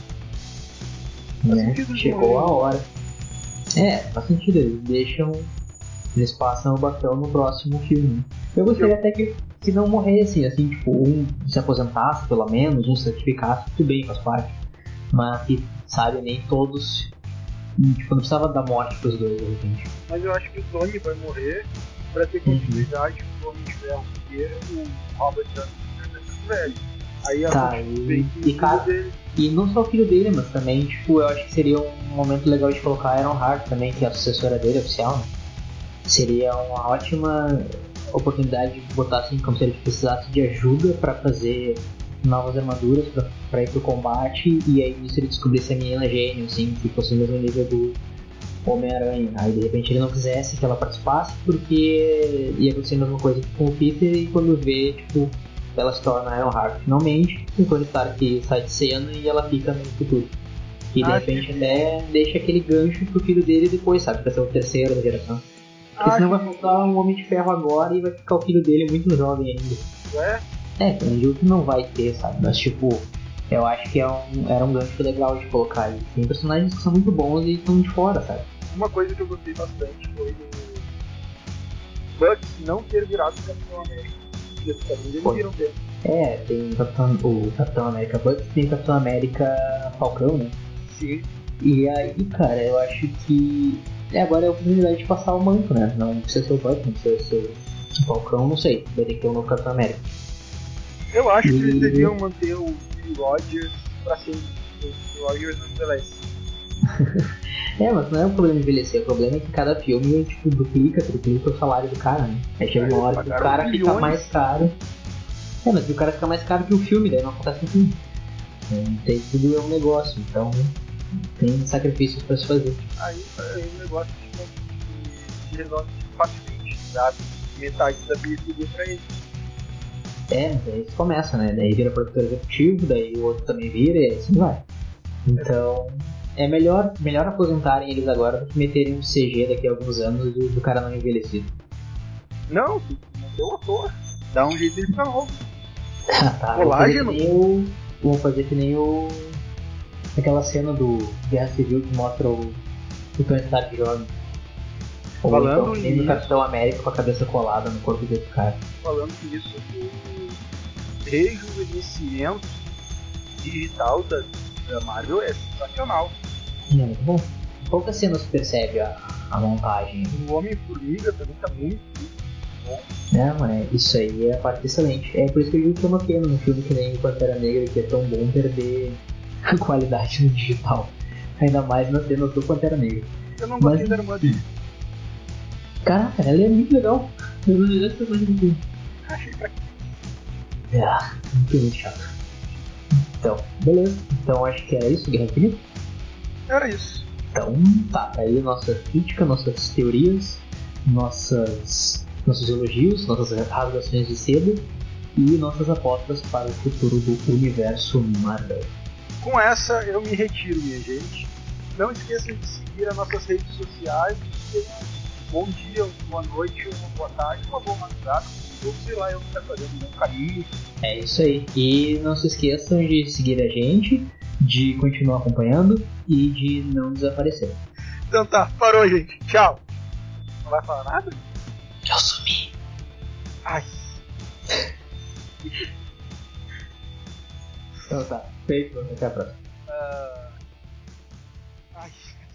Né? Chegou a hora. É, faz sentido. Eles deixam. Eles passam o bastão no próximo filme. Eu gostaria até que, que não morressem, assim, tipo, um se aposentasse pelo menos, um se certificasse, tudo bem, faz parte. Mas que, sabe, nem todos. Tipo, não precisava dar morte pros dois, de repente. Mas eu acho que o Tony vai morrer pra ter continuidade com o Homem de Ferro, porque o Robert Downey júnior tá muito velho. Aí a tá, e, e, e cara, dele. E não só o filho dele, mas também, tipo, eu acho que seria um momento legal de colocar a Iron Heart também, que é a sucessora dele, oficial, né? Seria uma ótima oportunidade de botar assim, como se ele precisasse de ajuda pra fazer novas armaduras pra, pra ir pro combate, e aí nisso ele descobrisse a menina gênio, assim, que fosse o mesmo nível do Homem-Aranha. Aí de repente ele não quisesse que ela participasse, porque ia acontecer a mesma coisa que com o Peter, e quando vê, tipo, ela se torna Iron Heart finalmente, o Tony Stark sai de cena e ela fica no futuro. E de Acho repente que até deixa aquele gancho pro filho dele depois, sabe? Pra ser o terceiro da geração. Porque senão vai que faltar um Homem de Ferro agora e vai ficar o filho dele muito jovem ainda. é? É, acredito que não vai ter, sabe? Mas tipo, eu acho que é um, era um gancho legal de colocar aí. Tem personagens que são muito bons e estão de fora, sabe? Uma coisa que eu gostei bastante foi do, Bucky não ter virado o Capitão América. Porque os quadrinhos eles viram dele. É, tem o Capitão, o Capitão América Bucky, tem o Capitão América Falcão, né? Sim. E aí, cara, eu acho que é, agora é a oportunidade de passar o manto, né? Não precisa ser o Bucky, não precisa ser o Falcão, não sei. Vai ter que ter um novo Capitão América. Eu acho e... que eles deviam manter o Steve Rogers pra sempre. O Steve Rogers não envelhece. É, mas não é um problema envelhecer, o problema é que cada filme, tipo, duplica, triplica o salário do cara, né? Aí chega uma hora que o cara bilhões. fica mais caro. É, mas o cara fica mais caro que o filme, daí não acontece no filme. Tem, tudo é um negócio, então tem sacrifícios pra se fazer. Aí é um negócio que se resolve facilmente, sabe? Metade da bilheteria pra ele. É, daí isso começa, né? Daí vira produtor executivo, daí o outro também vira e assim vai. Então, é melhor, melhor aposentarem eles agora do que meterem um C G daqui a alguns anos do, do cara não envelhecido. Não, tu não deu ator. Dá um jeito de ficar novo. Tá, Colágeno? Vou fazer que nem o. Aquela cena do Guerra Civil que mostra o, o Tony Stark jovem. Ou Falando então que nem nisso, o Capitão América com a cabeça colada no corpo desse cara. Falando nisso, o rejuvenescimento digital da, da Marvel é sensacional. É muito bom. Poucas cenas percebe a, a montagem. O Homem-Formiga também tá muito, muito bom. É, mas isso aí é a parte excelente. É por isso que eu digo que é uma pena num filme que nem o Pantera Negra, que é tão bom, perder a qualidade no digital. Ainda mais nas cenas do Pantera Negra. Eu não gostei Mas, da irmã dele. Caraca, ela é muito legal. Eu não melhores personagens do filme. Achei pra quê? Ah, muito chato. Então, beleza. Então acho que era isso, Guerra Infinita. Era isso. Então, tá, aí nossa crítica, nossas teorias, nossas, nossos elogios, nossas rasgações de seda e nossas apostas para o futuro do universo Marvel. Com essa eu me retiro, minha gente. Não esqueçam de seguir as nossas redes sociais. Um bom dia, uma boa noite, uma boa tarde, uma boa madrugada, ou sei lá, eu que tá fazendo um caminho. É isso aí. E não se esqueçam de seguir a gente, de continuar acompanhando e de não desaparecer. Então tá, parou, gente. Tchau. Não vai falar nada? Eu sumi. Ai. Então tá, feito. Até a próxima. Uh... Ai.